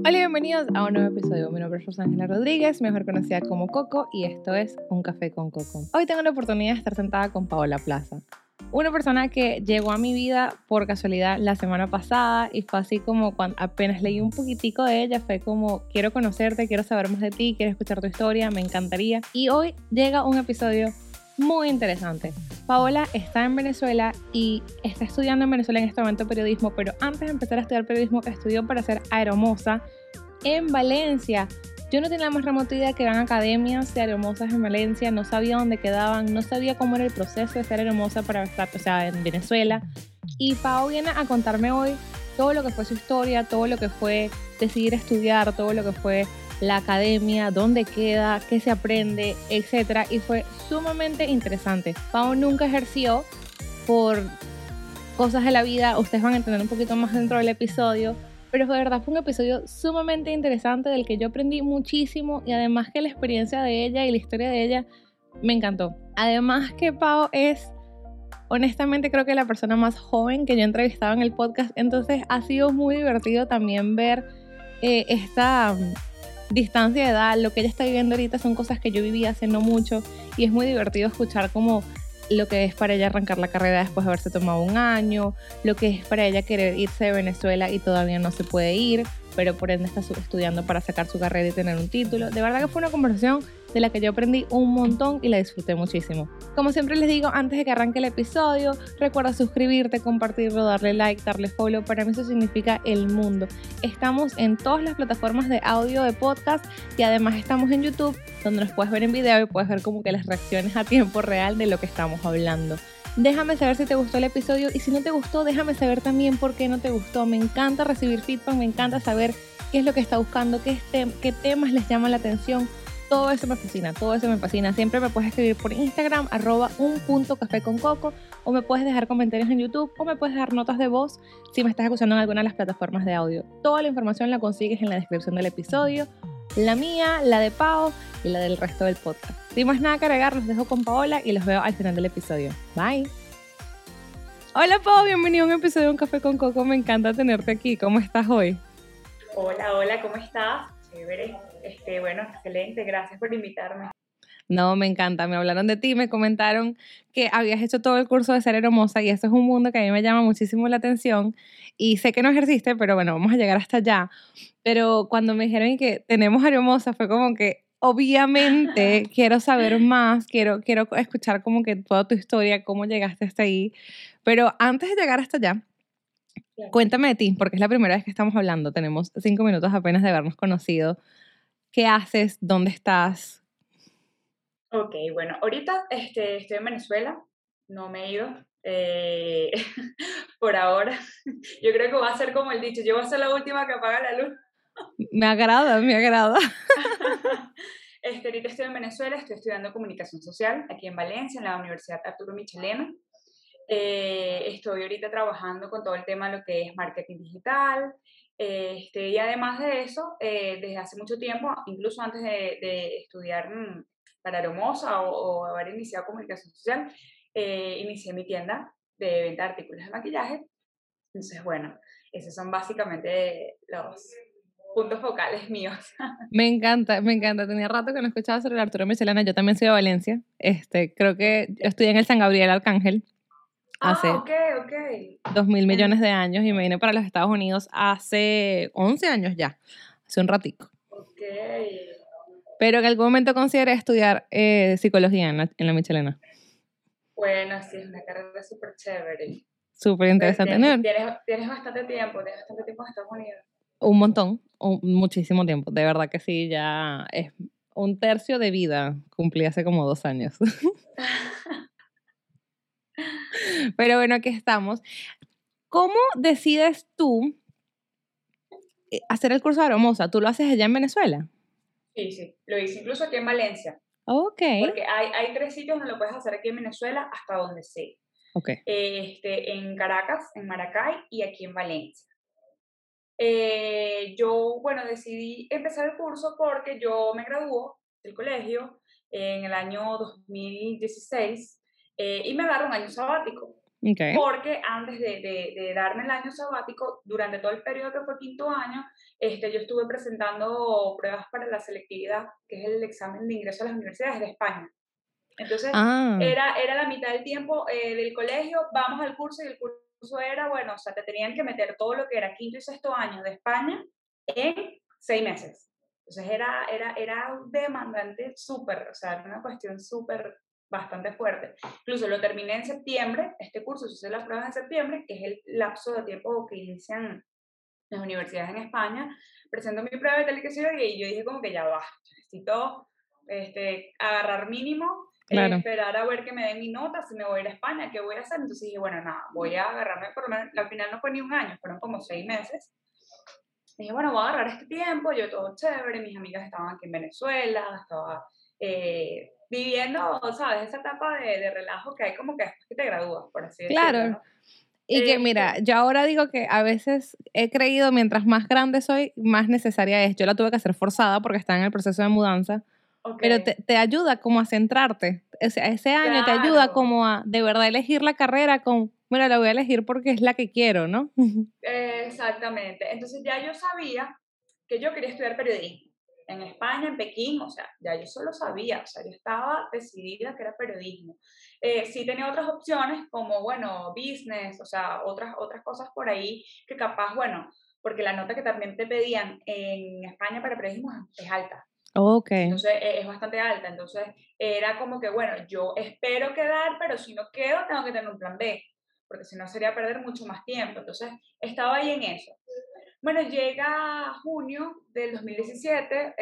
Hola y bienvenidos a un nuevo episodio. Mi nombre es Rosángela Rodríguez, mejor conocida como Coco, y esto es Un Café con Coco. Hoy tengo la oportunidad de estar sentada con Paola Plaza, una persona que llegó a mi vida por casualidad la semana pasada y fue así como cuando apenas leí un poquitico de ella, fue como quiero conocerte, quiero saber más de ti, quiero escuchar tu historia, me encantaría. Y hoy llega un episodio muy interesante. Paola está en Venezuela y está estudiando en Venezuela en este momento periodismo, pero antes de empezar a estudiar periodismo estudió para ser aeromoza en Valencia. Yo no tenía la más remota idea que eran academias de aeromosas en Valencia, no sabía dónde quedaban, no sabía cómo era el proceso de ser aeromoza para estar, en Venezuela. Y Pao viene a contarme hoy todo lo que fue su historia, todo lo que fue decidir estudiar, todo lo que fue la academia, dónde queda, qué se aprende, etc. Y fue sumamente interesante. Pao nunca ejerció por cosas de la vida, ustedes van a entender un poquito más dentro del episodio, pero de verdad fue un episodio sumamente interesante del que yo aprendí muchísimo y además que la experiencia de ella y la historia de ella me encantó. Además que Pao es, honestamente, creo que la persona más joven que yo he entrevistado en el podcast, entonces ha sido muy divertido también ver esta distancia de edad, lo que ella está viviendo ahorita son cosas que yo viví hace no mucho y es muy divertido escuchar como lo que es para ella arrancar la carrera después de haberse tomado un año, lo que es para ella querer irse de Venezuela y todavía no se puede ir, pero por ende está estudiando para sacar su carrera y tener un título. De verdad que fue una conversación de la que yo aprendí un montón y la disfruté muchísimo. Como siempre les digo, antes de que arranque el episodio, recuerda suscribirte, compartirlo, darle like, darle follow. Para mí eso significa el mundo. Estamos en todas las plataformas de audio de podcast y además estamos en YouTube, donde nos puedes ver en video y puedes ver como que las reacciones a tiempo real de lo que estamos hablando. Déjame saber si te gustó el episodio y si no te gustó, déjame saber también por qué no te gustó. Me encanta recibir feedback, me encanta saber qué es lo que está buscando, qué temas les llaman la atención. Todo eso me fascina, todo eso me fascina. Siempre me puedes escribir por Instagram, @un.cafeconcoco, o me puedes dejar comentarios en YouTube, o me puedes dejar notas de voz si me estás escuchando en alguna de las plataformas de audio. Toda la información la consigues en la descripción del episodio, la mía, la de Pao y la del resto del podcast. Sin más nada que agregar, los dejo con Paola y los veo al final del episodio. Bye. Hola Pao, bienvenido a un episodio de Un Café con Coco. Me encanta tenerte aquí. ¿Cómo estás hoy? Hola, ¿cómo estás? Chévere. Bueno, excelente, gracias por invitarme. No, me encanta. Me hablaron de ti, me comentaron que habías hecho todo el curso de ser hermosa y eso es un mundo que a mí me llama muchísimo la atención y sé que no ejerciste, pero bueno, vamos a llegar hasta allá. Pero cuando me dijeron que tenemos hermosa fue como que obviamente quiero saber más, quiero escuchar como que toda tu historia, cómo llegaste hasta ahí. Pero antes de llegar hasta allá, Claro. cuéntame de ti, porque es la primera vez que estamos hablando. Tenemos 5 minutos apenas de habernos conocido. ¿Qué haces? ¿Dónde estás? Ok, bueno, ahorita estoy en Venezuela, no me he ido por ahora. Yo creo que va a ser como el dicho, yo voy a ser la última que apaga la luz. Me agrada, me agrada. Ahorita estoy en Venezuela, estoy estudiando comunicación social aquí en Valencia, en la Universidad Arturo Michelena. Estoy ahorita trabajando con todo el tema de lo que es marketing digital. Y además de eso, desde hace mucho tiempo, incluso antes de estudiar para Aeromoza o haber iniciado comunicación social, inicié mi tienda de venta de artículos de maquillaje. Entonces, bueno, esos son básicamente los puntos focales míos. Me encanta, me encanta. Tenía rato que no escuchaba sobre el Arturo Michelena. Yo también soy de Valencia. Creo que yo estudié en el San Gabriel Arcángel Ah, hace ok, ok. 2000 millones de años y me vine para los Estados Unidos hace 11 años ya, hace un ratico. Ok. Pero en algún momento consideré estudiar psicología en la Michelena. Bueno, sí, es una carrera súper chévere. Súper Pero interesante. No, tienes bastante tiempo en Estados Unidos. un montón, muchísimo tiempo. De verdad que sí, ya es un tercio de vida. Cumplí hace como 2 años. Pero bueno, aquí estamos. ¿Cómo decides tú hacer el curso de Aromosa? ¿Tú lo haces allá en Venezuela? Sí, lo hice incluso aquí en Valencia, Ok, porque hay tres sitios donde lo puedes hacer aquí en Venezuela hasta donde sé. ok. En Caracas, en Maracay y aquí en Valencia. Yo, bueno, decidí empezar el curso porque yo me graduó del colegio en el año 2016 y me agarro un año sabático. Ok. porque antes de darme el año sabático, durante todo el periodo que fue quinto año, yo estuve presentando pruebas para la selectividad, que es el examen de ingreso a las universidades de España. Entonces, Ah, era la mitad del tiempo del colegio, vamos al curso y el curso era, bueno, o sea, te tenían que meter todo lo que era quinto y sexto año de España en 6 meses. Entonces, era un demandante súper, o sea, era una cuestión súper, bastante fuerte. Incluso lo terminé en septiembre, este curso, se hizo las pruebas en septiembre, que es el lapso de tiempo que inician las universidades en España. Presento mi prueba de tal y yo dije como que ya va, necesito agarrar mínimo, claro. esperar a ver que me den mi nota, si me voy a ir a España, ¿qué voy a hacer? Entonces dije, bueno, nada, voy a agarrarme por lo menos, al final no fue ni un año, fueron como 6 meses. Dije, bueno, voy a agarrar este tiempo, yo todo chévere, mis amigas estaban aquí en Venezuela, estaba viviendo, ¿sabes? Esa etapa de relajo que hay como que después que te gradúas, por así decirlo, Claro. ¿no? Y que mira, Este, yo ahora digo que a veces he creído mientras más grande soy, más necesaria es. Yo la tuve que hacer forzada porque estaba en el proceso de mudanza, ok, pero te ayuda como a centrarte. O sea, ese año te ayuda claro. como a de verdad elegir la carrera con, bueno, la voy a elegir porque es la que quiero, ¿no? Exactamente. Entonces ya yo sabía que yo quería estudiar periodismo en España, en Pekín, o sea, ya yo solo sabía, o sea, yo estaba decidida que era periodismo. Sí tenía otras opciones como, bueno, business, o sea, otras cosas por ahí que capaz, bueno, porque la nota que también te pedían en España para periodismo es alta. Ok, Entonces es bastante alta, entonces era como que, bueno, yo espero quedar, pero si no quedo, tengo que tener un plan B, porque si no sería perder mucho más tiempo. Entonces estaba ahí en eso. Bueno, llega junio del 2017,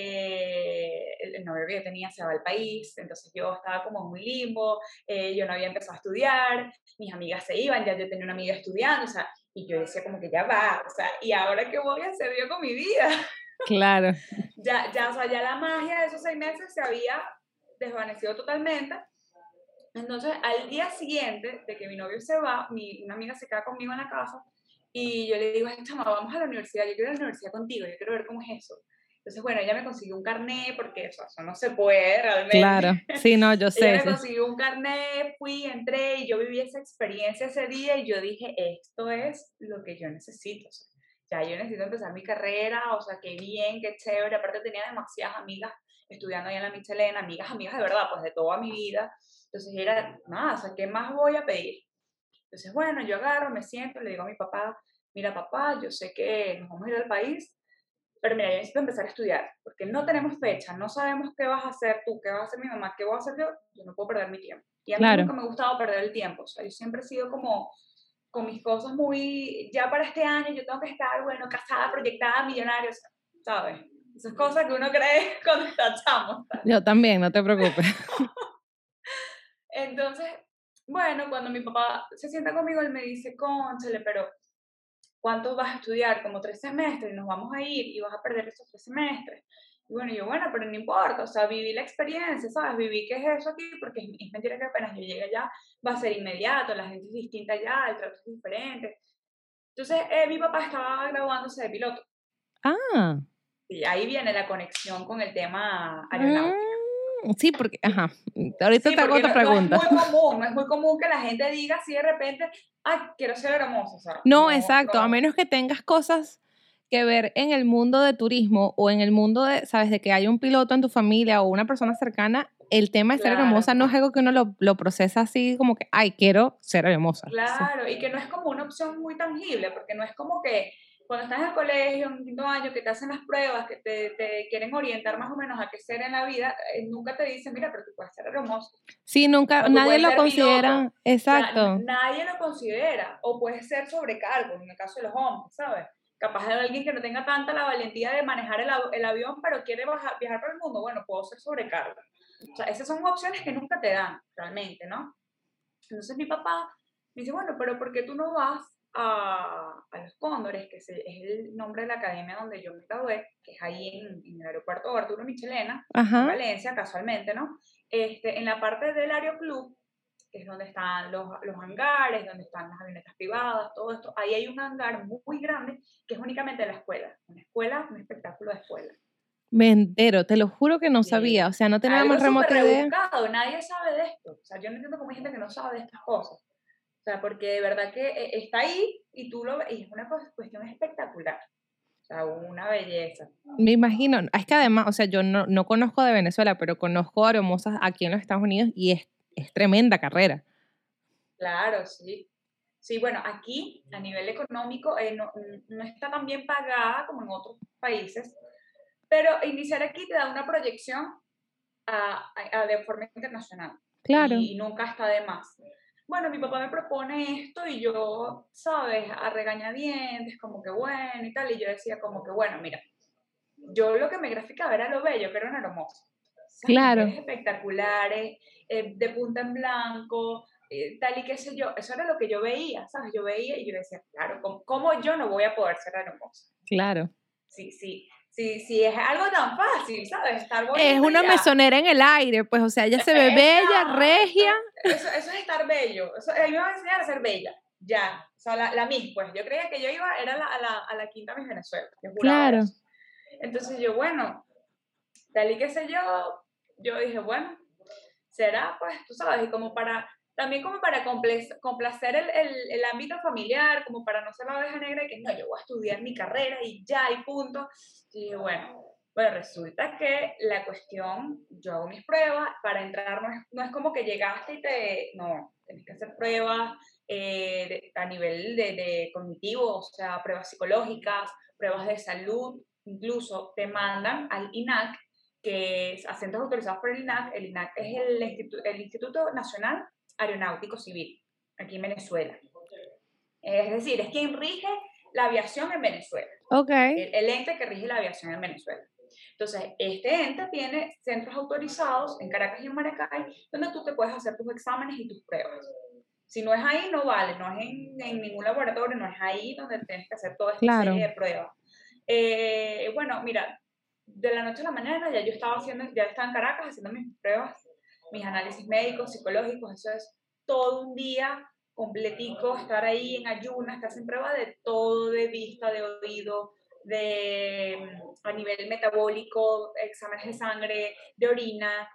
el novio que yo tenía se va al país, entonces yo estaba como muy limbo, yo no había empezado a estudiar, mis amigas se iban, ya yo tenía una amiga estudiando, o sea, y yo decía como que ya va, o sea, ¿y ahora qué voy a hacer yo con mi vida? claro. Ya, o sea, ya la magia de esos 6 meses se había desvanecido totalmente. Entonces, al día siguiente de que mi novio se va, una amiga se queda conmigo en la casa y yo le digo, ay, chama, vamos a la universidad, yo quiero ir a la universidad contigo, yo quiero ver cómo es eso. Entonces, bueno, ella me consiguió un carnet, porque eso no se puede realmente. Claro. Sí, no, yo Ella sé. me consiguió un carnet, fui, entré y yo viví esa experiencia ese día y yo dije, esto es lo que yo necesito. O sea, ya yo necesito empezar mi carrera, o sea, qué bien, qué chévere. Aparte tenía demasiadas amigas estudiando ahí en la Michelena, amigas de verdad, pues de toda mi vida. Entonces era, nada, o sea, ¿qué más voy a pedir? Entonces, bueno, yo agarro, me siento, le digo a mi papá, mira papá, yo sé que nos vamos a ir al país, pero mira, yo necesito empezar a estudiar, porque no tenemos fecha, no sabemos qué vas a hacer tú, qué va a hacer mi mamá, qué voy a hacer yo no puedo perder mi tiempo. Y a mí Claro. nunca me ha gustado perder el tiempo, o sea, yo siempre he sido como con mis cosas muy, ya para este año yo tengo que estar, bueno, casada, proyectada, millonaria, o sea, ¿sabes? Esas cosas que uno cree cuando está chamo. Yo también, no te preocupes. Entonces, bueno, cuando mi papá se sienta conmigo, él me dice, cónchale, pero ¿cuánto vas a estudiar? Como 3 semestres, y nos vamos a ir y vas a perder esos 3 semestres. Y bueno, yo, bueno, pero no importa, o sea, viví la experiencia, ¿sabes? Viví qué es eso aquí, porque es mentira que apenas yo llegue allá va a ser inmediato, la gente es distinta allá, el trato es diferente. Entonces, mi papá estaba graduándose de piloto, Ah. y ahí viene la conexión con el tema aeronáutico. Sí, porque, ajá. Ahorita Sí, te hago porque otra no es pregunta. muy común, no es muy común que la gente diga así de repente, ay, quiero ser hermosa, o sea, No, no, exacto, a no, menos que tengas cosas que ver en el mundo de turismo o en el mundo de, sabes, de que hay un piloto en tu familia o una persona cercana, el tema de ser claro. hermosa no es algo que uno lo procesa así como que, ay, quiero ser hermosa. Sí. Claro, y que no es como una opción muy tangible, porque no es como que cuando estás en el colegio, en quinto año, que te hacen las pruebas, que te quieren orientar más o menos a qué ser en la vida, nunca te dicen, mira, pero tú puedes ser hermoso, Sí, nunca, o tú nadie puedes lo ser piloto. considera, O sea, exacto, nadie lo considera, o puedes ser sobrecargo, en el caso de los hombres, ¿sabes? Capaz de alguien que no tenga tanta la valentía de manejar el avión, pero quiere viajar por el mundo, bueno, puedo ser sobrecargo. O sea, esas son opciones que nunca te dan, realmente, ¿no? Entonces mi papá me dice, bueno, pero ¿por qué tú no vas a Los Cóndores, que es el nombre de la academia donde yo me gradué, que es ahí en el aeropuerto Arturo Michelena, en ajá, Valencia, casualmente, ¿no? En la parte del Aeroclub, que es donde están los hangares, donde están las avionetas privadas, todo esto, ahí hay un hangar muy grande que es únicamente la escuela, una escuela, un espectáculo de escuela. me entero, te lo juro que no sabía, o Sí. sea, no tenía la Algo más súper remota idea. rebuscado, nadie sabe de esto. O sea, yo no entiendo cómo hay gente que no sabe de estas cosas. sea, porque de verdad que está ahí y tú lo ves, y es una cuestión espectacular. O sea, una belleza. Me imagino, es que además, o sea, yo no conozco de Venezuela, pero conozco aeromosas aquí en los Estados Unidos y es tremenda carrera. Claro, sí. Sí, bueno, aquí a nivel económico no está tan bien pagada como en otros países, pero iniciar aquí te da una proyección de forma internacional Claro, y nunca está de más. Bueno, mi papá me propone esto y yo, ¿sabes? A regañadientes, como que bueno y tal, y yo decía como que bueno, mira, yo lo que me graficaba era lo bello, pero no era hermoso. Esas claro, mujeres espectaculares, de punta en blanco, tal y qué sé yo, eso era lo que yo veía, ¿sabes? Yo veía y yo decía, claro, ¿cómo yo no voy a poder ser hermosa? claro. Sí, sí, sí, sí, es algo tan fácil, ¿sabes? Estar Es bonita y una ya. mesonera en el aire, pues, o sea, ella se ve bella, regia. Exacto, eso es estar bello, eso, a mí me va a enseñar a ser bella, ya, o sea, la Miss, pues, yo creía que yo iba, era a la quinta Miss Venezuela, yo juraba Claro, eso. Entonces yo, bueno, tal y qué sé yo dije, bueno, será, pues, tú sabes, y también como para complacer el ámbito familiar, como para no ser la oveja negra y que no, yo voy a estudiar mi carrera y ya, y punto. Y dije, bueno, resulta que la cuestión, yo hago mis pruebas, para entrar no es como que llegaste no, tienes que hacer pruebas a nivel de cognitivo, o sea, pruebas psicológicas, pruebas de salud, incluso te mandan al INAC, que es a centros autorizados por el INAC es el Instituto Nacional Aeronáutico Civil, aquí en Venezuela. Es decir, es quien rige la aviación en Venezuela, ok, el ente que rige la aviación en Venezuela. Entonces, este ente tiene centros autorizados en Caracas y en Maracay, donde tú te puedes hacer tus exámenes y tus pruebas. Si no es ahí, no vale, no es en ningún laboratorio, no es ahí donde tienes que hacer toda esta claro. serie de pruebas. Bueno, mira, de la noche a la mañana ya estaba en Caracas haciendo mis pruebas, mis análisis médicos, psicológicos, eso es todo un día completico, estar ahí en ayunas, estar en prueba de todo, de vista, de oído, a nivel metabólico, exámenes de sangre, de orina.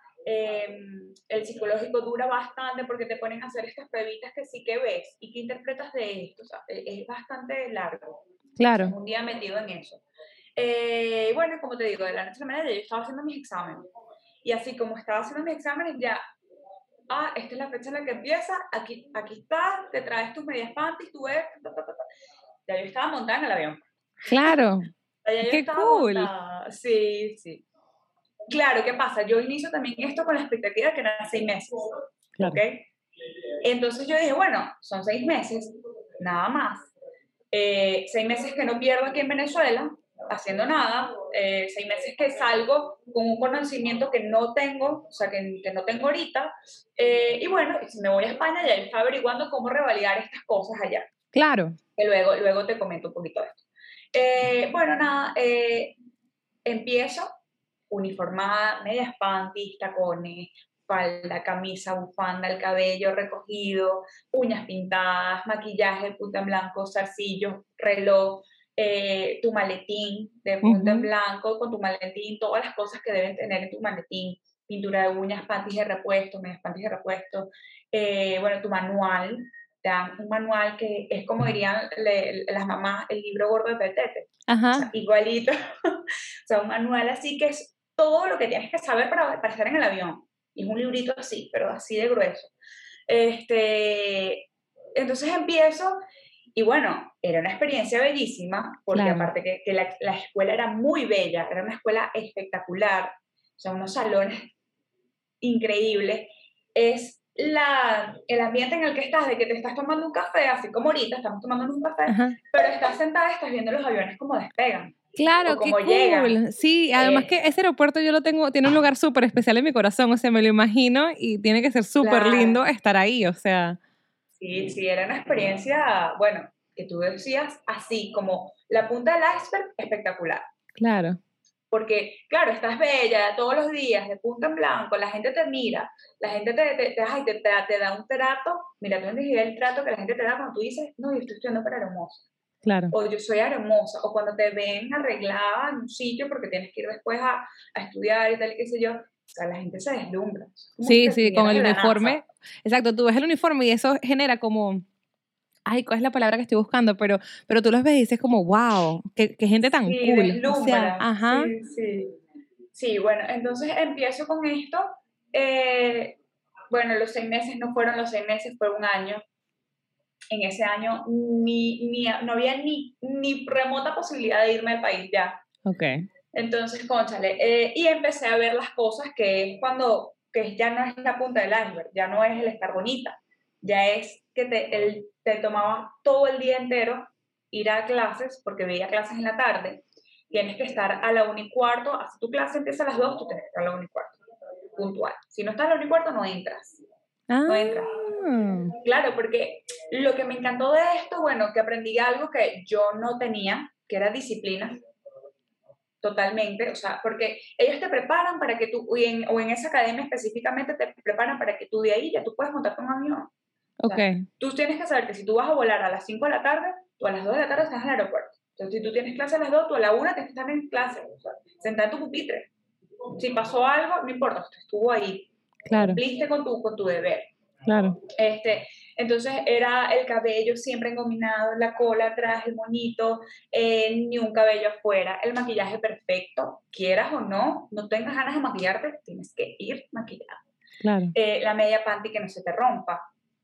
El psicológico dura bastante porque te ponen a hacer estas pruebitas que sí que ves y que interpretas de esto. O sea, es bastante largo. O sea, Claro, es un día metido en eso. Bueno, como te digo, de la noche a la mañana yo estaba haciendo mis exámenes. Y así como estaba haciendo mis exámenes, ya, esta es la fecha en la que empieza, aquí está, te traes tus medias panties, tu ves, ya yo estaba montada en el avión. claro. Ya yo Qué estaba cool. montada, sí, sí. Claro, ¿qué pasa? Yo inicio también esto con la expectativa de que eran 6 meses, ¿ok? Claro. Entonces yo dije, bueno, son 6 meses, nada más. 6 meses que no pierdo aquí en Venezuela, haciendo nada, 6 meses que salgo con un conocimiento que no tengo, o sea, que no tengo ahorita, y bueno, si me voy a España, ya yo estaba averiguando cómo revalidar estas cosas allá, Claro. que luego te comento un poquito de esto. Bueno, nada, empiezo uniformada, medias panties, tacones, falda, camisa, bufanda, el cabello recogido, uñas pintadas, maquillaje de punta en blanco, zarcillos, reloj, tu maletín de punta en Ujú. blanco, con tu maletín, todas las cosas que deben tener en tu maletín, pintura de uñas, panties de repuesto, medias panties de repuesto, bueno, tu manual, te dan un manual que es como dirían las mamás, el libro gordo de Petete, o sea, Ajá, igualito, o sea, un manual así que es todo lo que tienes que saber para estar en el avión. Y es un librito así, pero así de grueso. Este, entonces empiezo y bueno, era una experiencia bellísima, porque claro. aparte que la escuela era muy bella, era una escuela espectacular, o sea, unos salones increíbles, es el ambiente en el que estás, de que te estás tomando un café, así como ahorita estamos tomando un café, Ajá. pero estás sentada y estás viendo los aviones como despegan o Claro, qué como llegan. cool. Sí, además Eh, que ese aeropuerto yo lo tengo, tiene un lugar súper especial en mi corazón, o sea, me lo imagino y tiene que ser súper lindo claro, estar ahí, o sea, sí, sí, era una experiencia, bueno, que tú decías así, como la punta del iceberg, espectacular. claro, Porque, claro, estás bella todos los días, de punta en blanco, la gente te mira, la gente te da un trato. Mira, tú no el trato que la gente te da cuando tú dices, no, yo estoy estudiando para hermosa, claro. o yo soy hermosa, o cuando te ven arreglada en un sitio porque tienes que ir después a estudiar y tal, y qué sé yo. O sea, la gente se deslumbra, es como si Sí, te sí, con vinieras el de la NASA. uniforme. Exacto, tú ves el uniforme y eso genera como, ay, ¿cuál es la palabra que estoy buscando? Pero tú los ves y dices como, wow, qué gente tan Sí, cool. O sea, deslumbra, ajá, sí, sí. Sí, bueno, entonces empiezo con esto. eh, bueno, los 6 meses no fueron los 6 meses, fue un año. En ese año no había ni remota posibilidad de irme del país ya. ok, Entonces, cónchale, y empecé a ver las cosas que es cuando, que ya no es la punta del iceberg, ya no es el estar bonita, ya es que te tomaba todo el día entero ir a clases, porque veía clases en la tarde, tienes que estar a la 1:15, así tu clase empieza a las 2, tú tienes que estar a la 1:15, puntual. Si no estás a la 1:15, no entras, no entras. ah, Claro, porque lo que me encantó de esto, bueno, que aprendí algo que yo no tenía, que era disciplina. Totalmente, o sea, porque ellos te preparan para que tú, o en esa academia específicamente te preparan para que tú de ahí ya tú puedes montarte un avión. O ok, sea, tú tienes que saber que si tú vas a volar a las 5 de la tarde, tú a las 2 de la tarde estás en el aeropuerto. Entonces, si tú tienes clase a las 2, tú a la 1 tienes que estar en clase, o sea, sentada en tu pupitre. Si pasó algo, no importa, tú estuvo ahí, claro, cumpliste con tu deber. claro, Entonces era el cabello siempre engominado, la cola atrás, el moñito, ni un cabello afuera, el maquillaje perfecto, quieras o no, no tengas ganas de maquillarte, tienes que ir maquillado. claro. La media panty que no se te rompa,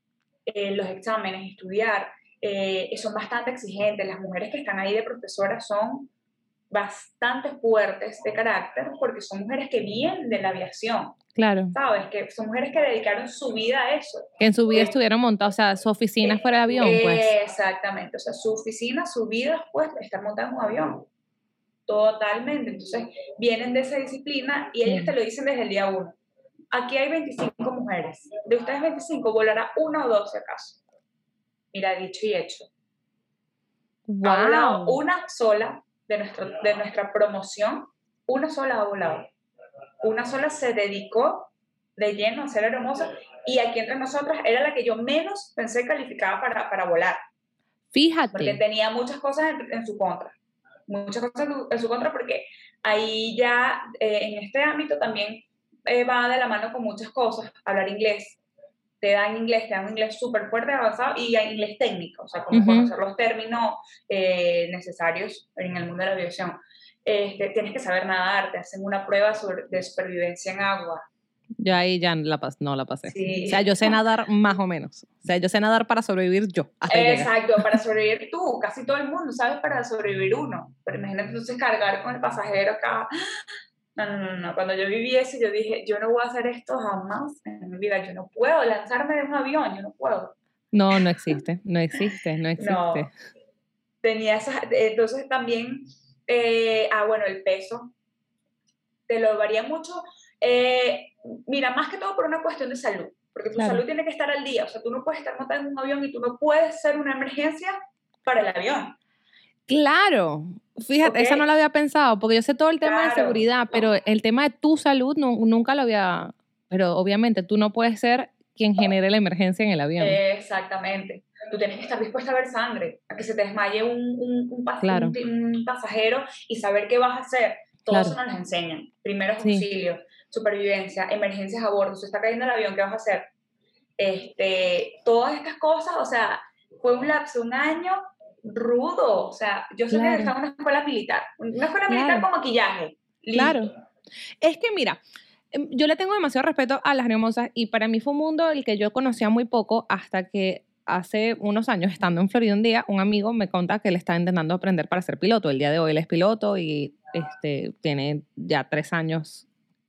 los exámenes, estudiar, son bastante exigentes. Las mujeres que están ahí de profesoras son bastante fuertes de carácter porque son mujeres que vienen de la aviación, Claro, ¿sabes? Que son mujeres que dedicaron su vida a eso. que en su vida Eh, estuvieron montados, o sea, su oficina fuera de avión, pues. Exactamente, o sea, su oficina, su vida, pues, está montada en un avión, totalmente. Entonces, vienen de esa disciplina y ellas te Claro. lo dicen desde el día uno. Aquí hay 25 mujeres, de ustedes 25 volará una o dos si acaso. Mira, dicho y hecho. Ha volado Wow. una sola de nuestra promoción, una sola ha volado. Una sola se dedicó de lleno a ser hermosa y aquí entre nosotras era la que yo menos pensé calificaba para volar, porque Fíjate. tenía muchas cosas en su contra, muchas cosas en su contra porque ahí ya en este ámbito también va de la mano con muchas cosas, hablar inglés, te dan un inglés súper fuerte, avanzado y hay inglés técnico, o sea, como Ujú. conocer los términos necesarios en el mundo de la aviación. Tienes que saber nadar, te hacen una prueba de supervivencia en agua. Yo ahí ya no la pasé. O sea, Sí, yo sé nadar más o menos. O sea, yo sé nadar para sobrevivir yo, hasta ahí llega. exacto, para sobrevivir tú, casi todo el mundo sabe para sobrevivir uno, pero imagínate entonces cargar con el pasajero acá. No, no, no, no, cuando yo viví eso, yo dije, yo no voy a hacer esto jamás en mi vida, yo no puedo lanzarme de un avión, yo no puedo. No, no existe, no existe, no existe. No, tenía esas, entonces también, bueno, el peso, te lo varía mucho, eh, mira, más que todo por una cuestión de salud, porque tu Claro. salud tiene que estar al día, o sea, tú no puedes estar montada en un avión y tú no puedes ser una emergencia para el avión, Claro. Fíjate, ¿ok? esa no la había pensado, porque yo sé todo el tema de Claro, seguridad, pero el tema de tu salud nunca lo había. Pero obviamente tú no puedes ser quien genere la emergencia en el avión. exactamente. Tú tienes que estar dispuesta a ver sangre, a que se te desmaye Claro, un pasajero y saber qué vas a hacer. Todo eso claro. nos lo enseñan. Primeros Sí. auxilios, supervivencia, emergencias a bordo. Se está cayendo el avión, ¿qué vas a hacer? Todas estas cosas, o sea, fue un lapso, un año rudo. O sea, yo sentía que Claro, estaba en una escuela militar claro, con maquillaje. claro. Listo. Es que mira, yo le tengo demasiado respeto a las hermosas y para mí fue un mundo el que yo conocía muy poco hasta que hace unos años, estando en Florida un día, un amigo me conta que él está intentando aprender para ser piloto. El día de hoy él es piloto y tiene ya 3 años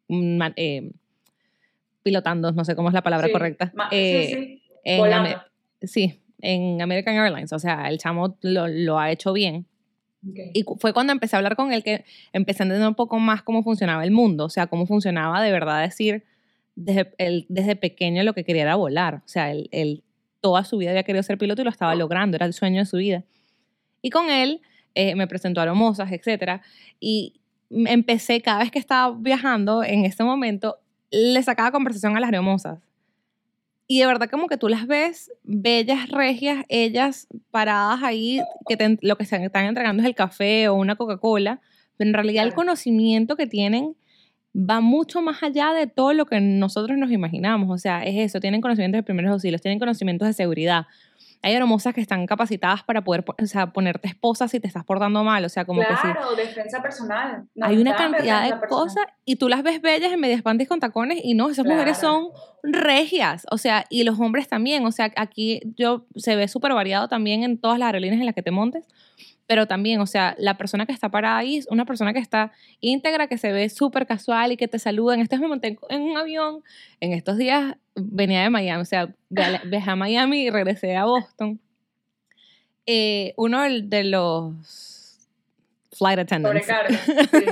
pilotando, no sé cómo es la palabra Sí, correcta, sí, sí, en, volando. sí, en American Airlines. O sea, el chamo lo ha hecho bien. Okay. Y fue cuando empecé a hablar con él que empecé a entender un poco más cómo funcionaba el mundo, o sea, cómo funcionaba de verdad decir, desde pequeño lo que quería era volar, o sea, él toda su vida había querido ser piloto y lo estaba logrando, era el sueño de su vida. Y con él me presentó a hermosas, etcétera, y empecé cada vez que estaba viajando en este momento, le sacaba conversación a las hermosas. Y de verdad como que tú las ves, bellas, regias, ellas paradas ahí, que lo que se están entregando es el café o una Coca-Cola, pero en realidad el Claro. conocimiento que tienen va mucho más allá de todo lo que nosotros nos imaginamos. O sea, es eso, tienen conocimientos de primeros auxilios, tienen conocimientos de seguridad. hay hermosas que están capacitadas para poder, o sea, ponerte esposa si te estás portando mal, o sea, como que sí. Claro, defensa personal. Nos Hay una dan cantidad defensa de personal. cosas y tú las ves bellas en medias panties con tacones y no, esas mujeres Claro. son regias, o sea, y los hombres también, o sea, aquí se ve súper variado también en todas las aerolíneas en las que te montes, pero también, o sea, la persona que está parada ahí es una persona que está íntegra, que se ve súper casual y que te saluda. En estos me monté en un avión, en estos días venía de Miami, o sea, viajé a Miami y regresé a Boston. Uno de los flight attendants. Sobrecargo. Sí.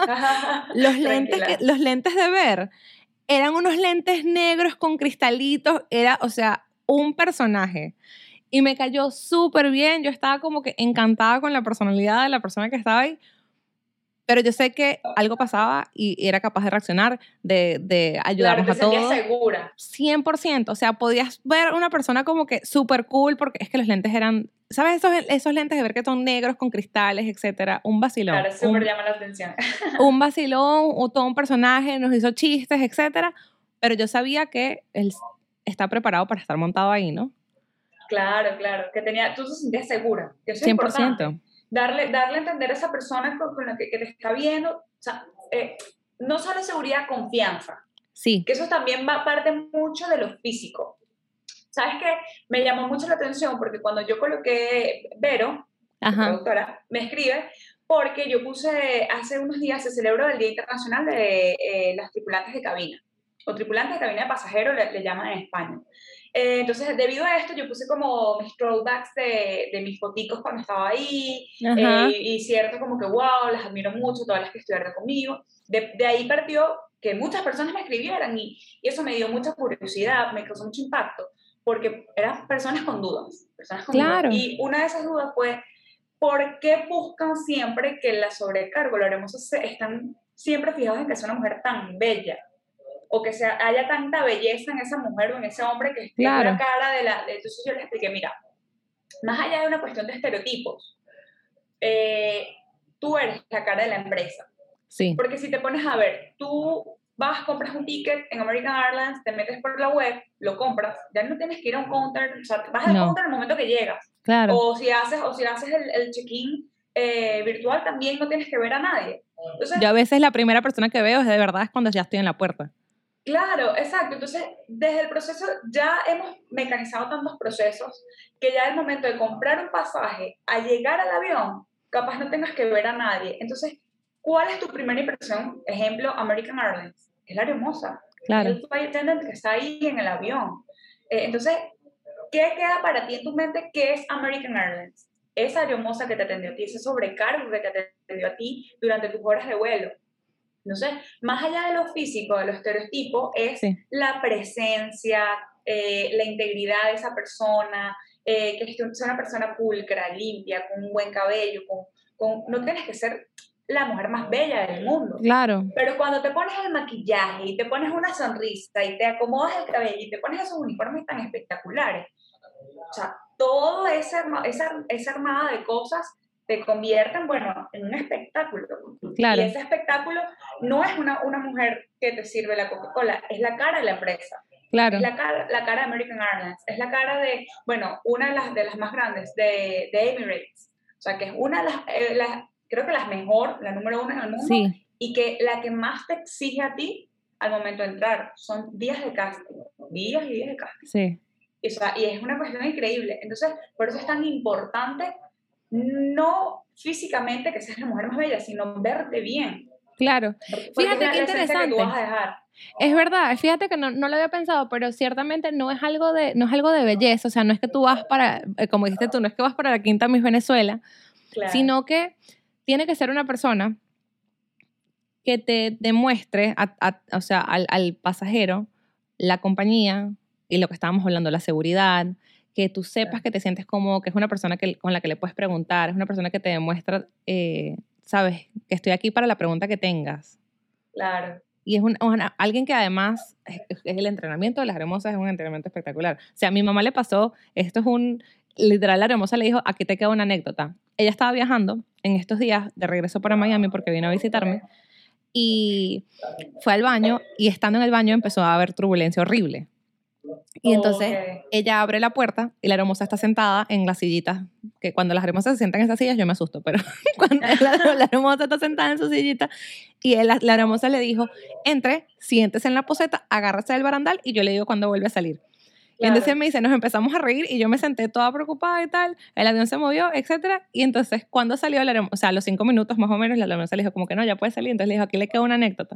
Los lentes de ver eran unos lentes negros con cristalitos, era, o sea, un personaje. Y me cayó súper bien, yo estaba como que encantada con la personalidad de la persona que estaba ahí, pero yo sé que algo pasaba y era capaz de reaccionar, de ayudarnos Claro, te a todos. sentías segura. 100%, o sea, podías ver una persona como que súper cool, porque es que los lentes eran, ¿sabes? Esos lentes de ver que son negros con cristales, etcétera, un vacilón. Claro, súper llama la atención. Un vacilón, o todo un personaje, nos hizo chistes, etcétera, pero yo sabía que él está preparado para estar montado ahí, ¿no? Claro, tú te sentías segura, que eso es 100%. importante. Darle a entender a esa persona con la que te está viendo, o sea, no solo seguridad, confianza. Sí. Que eso también va parte mucho de lo físico. ¿Sabes qué? Me llamó mucho la atención porque cuando yo coloqué Vero, la productora, me escribe porque yo puse, hace unos días se celebró el Día Internacional de las tripulantes de cabina, o tripulantes de cabina de pasajeros le llaman en España. Entonces, debido a esto, yo puse como mis throwbacks de mis foticos cuando estaba ahí, y cierto como que, wow, las admiro mucho, todas las que estudiaron conmigo. De ahí partió que muchas personas me escribieran y eso me dio mucha curiosidad, me causó mucho impacto, porque eran personas con dudas. Claro. Y una de esas dudas fue, ¿por qué buscan siempre que la sobrecargo, los hermosos están siempre fijados en que sea una mujer tan bella? O que haya tanta belleza en esa mujer o en ese hombre que es la cara entonces yo le expliqué, mira, más allá de una cuestión de estereotipos, tú eres la cara de la empresa. Sí. Porque si te pones a ver, tú vas, compras un ticket en American Airlines, te metes por la web, lo compras, ya no tienes que ir a un counter, o sea, vas al counter en el momento que llegas. Claro. O si haces el check-in virtual, también no tienes que ver a nadie. Entonces, yo a veces la primera persona que veo es cuando ya estoy en la puerta. Claro, exacto. Entonces, desde el proceso ya hemos mecanizado tantos procesos que ya el momento de comprar un pasaje a llegar al avión, capaz no tengas que ver a nadie. Entonces, ¿cuál es tu primera impresión? Ejemplo, American Airlines. Es la hermosa. Claro. Es el flight attendant que está ahí en el avión. Entonces, ¿qué queda para ti en tu mente? ¿Qué es American Airlines? Esa hermosa que te atendió a ti, ese sobrecargo que te atendió a ti durante tus horas de vuelo. Entonces, más allá de lo físico, de los estereotipos, es la presencia, la integridad de esa persona, que sea una persona pulcra, limpia, con un buen cabello, no tienes que ser la mujer más bella del mundo. Claro. Pero cuando te pones el maquillaje y te pones una sonrisa y te acomodas el cabello y te pones esos uniformes tan espectaculares, o sea, toda esa armada de cosas te convierten, bueno, en un espectáculo. Claro. Y ese espectáculo no es una mujer que te sirve la Coca-Cola, es la cara de la empresa. Claro. Es la cara de American Airlines, es la cara de, bueno, una de las más grandes, de Emirates. O sea, que es una de creo que la número 1 en el mundo, sí. Y que la que más te exige a ti al momento de entrar son días de casting, días y días de casting. Sí. O sea, y es una cuestión increíble. Entonces, por eso es tan importante no físicamente que seas la mujer más bella, sino verte bien. Claro. Fíjate qué interesante. Que tú vas a dejar. Es verdad, fíjate que no lo había pensado, pero ciertamente no es algo de belleza, o sea, no es que tú vas para, como dijiste tú, no es que vas para la quinta Miss Venezuela, claro. Sino que tiene que ser una persona que te demuestre o sea, al pasajero la compañía y lo que estábamos hablando, la seguridad, que tú sepas que te sientes cómodo, que es una persona con la que le puedes preguntar, es una persona que te demuestra, sabes, que estoy aquí para la pregunta que tengas. Claro. Y es alguien que además, es el entrenamiento de las hermosas, es un entrenamiento espectacular. O sea, a mi mamá le pasó, literal, la hermosa le dijo, aquí te queda una anécdota. Ella estaba viajando en estos días de regreso para Miami porque vino a visitarme y fue al baño y estando en el baño empezó a haber turbulencia horrible. Y Ok. entonces ella abre la puerta y la hermosa está sentada en las sillitas, que cuando las hermosas se sientan en esas sillas yo me asusto, pero cuando la hermosa está sentada en su sillita y la hermosa le dijo, entre, siéntese en la poseta, agárrese del barandal y yo le digo cuando vuelve a salir. Y entonces Claro, me dice, nos empezamos a reír y yo me senté toda preocupada y tal, el avión se movió, etcétera. Y entonces cuando salió la hermosa, o sea, a los 5 minutos más o menos, la hermosa le dijo como que no, ya puede salir. Entonces le dijo, aquí le queda una anécdota.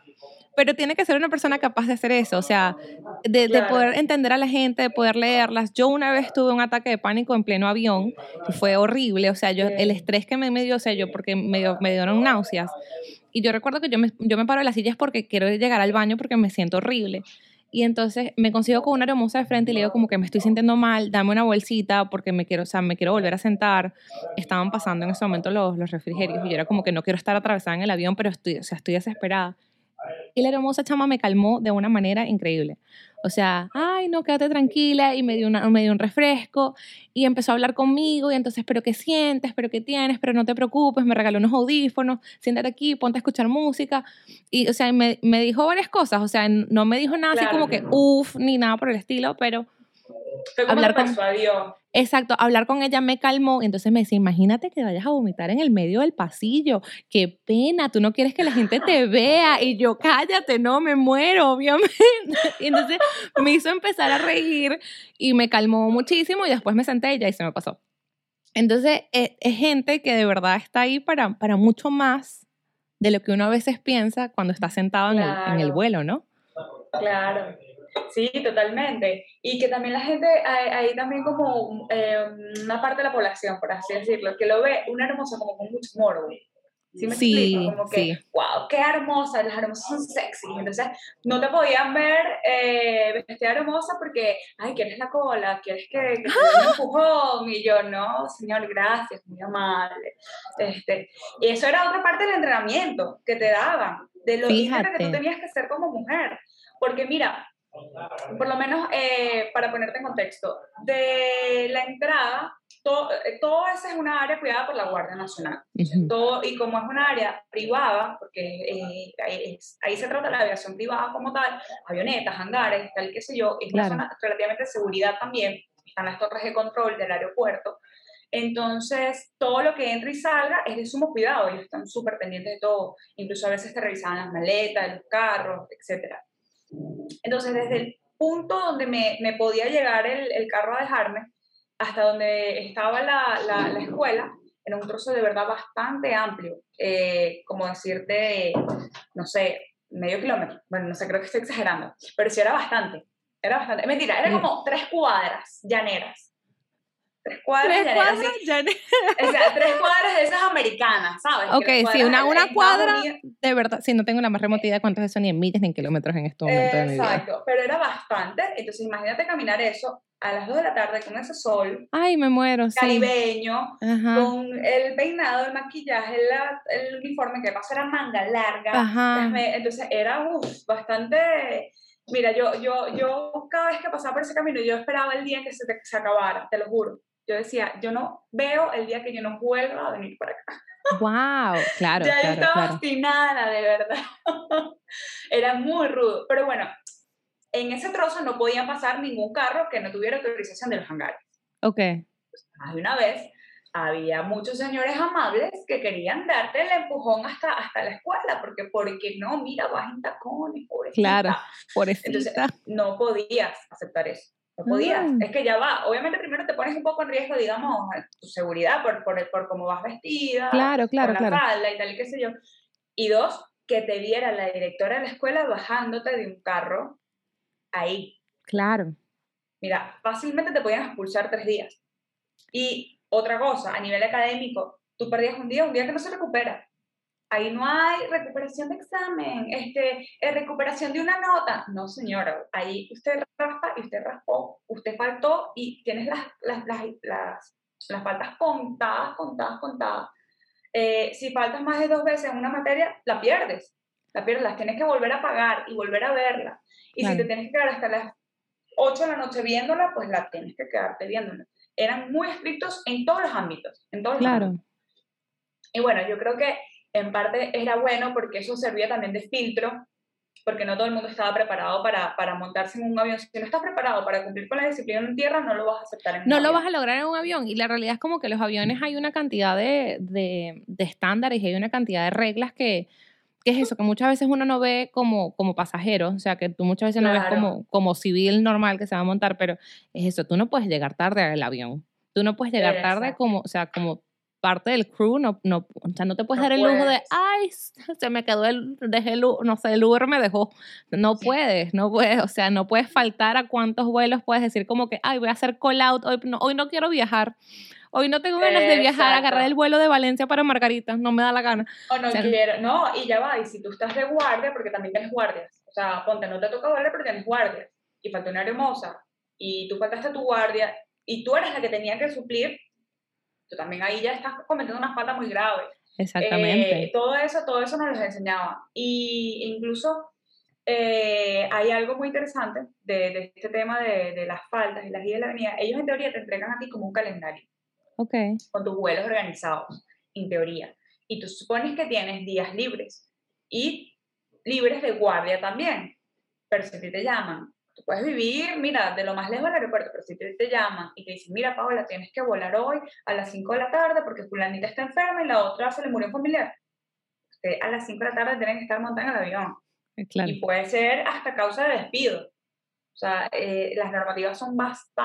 Pero tiene que ser una persona capaz de hacer eso, o sea, de poder claro. entender a la gente, de poder leerlas. Yo una vez tuve un ataque de pánico en pleno avión, que fue horrible, o sea, el Sí, estrés que me dio, o sea, yo porque me dieron náuseas. Y yo recuerdo que yo me paro de las sillas porque quiero llegar al baño porque me siento horrible. Y entonces me consigo con una hermosa de frente y le digo como que me estoy sintiendo mal, dame una bolsita porque me quiero, o sea, me quiero volver a sentar. Estaban pasando en ese momento los refrigerios y yo era como que no quiero estar atravesada en el avión, pero estoy, o sea, estoy desesperada. Y la hermosa chama me calmó de una manera increíble. O sea, ay, no, quédate tranquila. Y me dio un refresco. Y empezó a hablar conmigo. Y entonces, ¿pero qué sientes? ¿Pero qué tienes? Pero no te preocupes. Me regaló unos audífonos. Siéntate aquí, ponte a escuchar música. Y, o sea, me dijo varias cosas. O sea, no me dijo nada así como que, claro. uff, ni nada por el estilo. Pero Fue como te hablar con, persuadió. exacto, hablar con ella me calmó y entonces me decía, imagínate que vayas a vomitar en el medio del pasillo, qué pena, tú no quieres que la gente te vea y yo, cállate, no, me muero, obviamente. Y entonces me hizo empezar a reír y me calmó muchísimo y después me senté y ya y se me pasó. Entonces es gente que de verdad está ahí para mucho más de lo que uno a veces piensa cuando está sentado en el Claro, vuelo, ¿no? claro. Sí, totalmente. Y que también la gente, hay también como una parte de la población, por así decirlo, que lo ve una hermosa como con mucho morbo. ¿Sí me explico? Sí, Como que, sí, wow, qué hermosa, las hermosas son sexy. Entonces, no te podían ver vestida hermosa porque, ay, quieres la cola, quieres que te dé un empujón. Y yo, no, señor, gracias, muy amable. Y eso era otra parte del entrenamiento que te daban, de lo íntegra que tú fíjate. tenías que ser como mujer. Porque mira, por lo menos para ponerte en contexto, de la entrada, todo esa es una área cuidada por la Guardia Nacional. Ujú, Todo, y como es un área privada, porque ahí se trata de la aviación privada como tal, avionetas, hangares, tal, qué sé yo, es una claro, zona relativamente de seguridad también, están las torres de control del aeropuerto, entonces todo lo que entre y salga es de sumo cuidado, ellos están súper pendientes de todo, incluso a veces te revisaban las maletas, los carros, etcétera. Entonces, desde el punto donde me podía llegar el carro a dejarme, hasta donde estaba la escuela, era un trozo de verdad bastante amplio, como decirte, no sé, medio kilómetro. Bueno, no sé, creo que estoy exagerando, pero sí era bastante. Era bastante. Mentira, era sí. como 3 cuadras llaneras. 3 cuadras Tres llaneras, cuadras, así. ya. O sea, 3 cuadras de esas americanas, ¿sabes? Que Ok, las sí, cuadras una en Estados cuadra, Unidos. de verdad, sí, no tengo la más remota idea de cuántos son ni en millas ni en kilómetros en este momento de mi vida. Exacto, pero era bastante. Entonces, imagínate caminar eso a las 2 de la tarde con ese sol Ay, me muero, sí. caribeño, Ajá, con el peinado, el maquillaje, el uniforme, que pasa era manga larga. ajá. Entonces, era bastante. Mira, yo cada vez que pasaba por ese camino, yo esperaba el día que se acabara, te lo juro. Yo decía, yo no veo el día que yo no vuelva a venir para acá. Wow, claro, Ya yo claro, estaba claro. obstinada, de verdad. Era muy rudo. Pero bueno, en ese trozo no podía pasar ningún carro que no tuviera autorización de los hangares. Ok, Más de una vez, había muchos señores amables que querían darte el empujón hasta la escuela, porque no, mira, vas en tacones, claro, pobrecita. Entonces, pobrecita. no podías aceptar eso. No podías. Ah, Es que ya va. Obviamente, primero te pones un poco en riesgo, digamos, tu seguridad por cómo vas vestida, claro, con claro, la claro, falda y tal, qué sé yo. Y dos, que te viera la directora de la escuela bajándote de un carro ahí. claro. Mira, fácilmente te podían expulsar 3 días. Y otra cosa, a nivel académico, tú perdías un día que no se recupera. Ahí no hay recuperación de examen, recuperación de una nota. No, señora, ahí usted raspa y usted raspó, usted faltó y tienes las faltas contadas, contadas, contadas. Si faltas más de 2 veces en una materia, la pierdes, las tienes que volver a pagar y volver a verla. Y si te Claro, tienes que quedar hasta las 8 de la noche viéndola, pues la tienes que quedarte viéndola. Eran muy estrictos en todos los ámbitos, en todos los ámbitos. claro. Y bueno, yo creo que en parte era bueno porque eso servía también de filtro porque no todo el mundo estaba preparado para montarse en un avión. Si no estás preparado para cumplir con la disciplina en tierra, no lo vas a aceptar en un No lo avión. vas a lograr en un avión y la realidad es como que los aviones hay una cantidad de estándares y hay una cantidad de reglas que es eso, que muchas veces uno no ve como pasajero, o sea, que tú muchas veces no ves Claro, como civil normal que se va a montar, pero es eso, tú no puedes llegar tarde al avión, tú no puedes llegar tarde exacto. como, o sea, como parte del crew, o sea, no te puedes No dar el lujo de, puedes. ay, se me quedó dejé no sé, el Uber me dejó. No puedes, o sea, no puedes faltar a cuántos vuelos puedes decir como que, ay, voy a hacer call out, hoy no quiero viajar, hoy no tengo ganas de viajar, Exacto. agarrar el vuelo de Valencia para Margarita, no me da la gana. O O no sea, quiero, no, y ya va, y si tú estás de guardia, porque también tienes guardias, o sea, ponte, no te toca volar, pero tienes guardias, y falta una hermosa, y tú faltaste a tu guardia, y tú eres la que tenía que suplir, tú también ahí ya estás cometiendo una falta muy grave. exactamente. Todo eso nos los enseñaba. Y incluso hay algo muy interesante de este tema de las faltas y las idas y la venida. Ellos en teoría te entregan a ti como un calendario Okey. con tus vuelos organizados, en teoría. Y tú supones que tienes días libres y libres de guardia también. Pero si a ti te llaman, tú puedes vivir, mira, de lo más lejos del aeropuerto, pero si te llaman y te dicen, mira, Paola, tienes que volar hoy a las 5 de la tarde porque fulanita está enferma y la otra se le murió un familiar. Usted a las 5 de la tarde tienen que estar montada en el avión. Claro. Y puede ser hasta causa de despido. O sea, las normativas son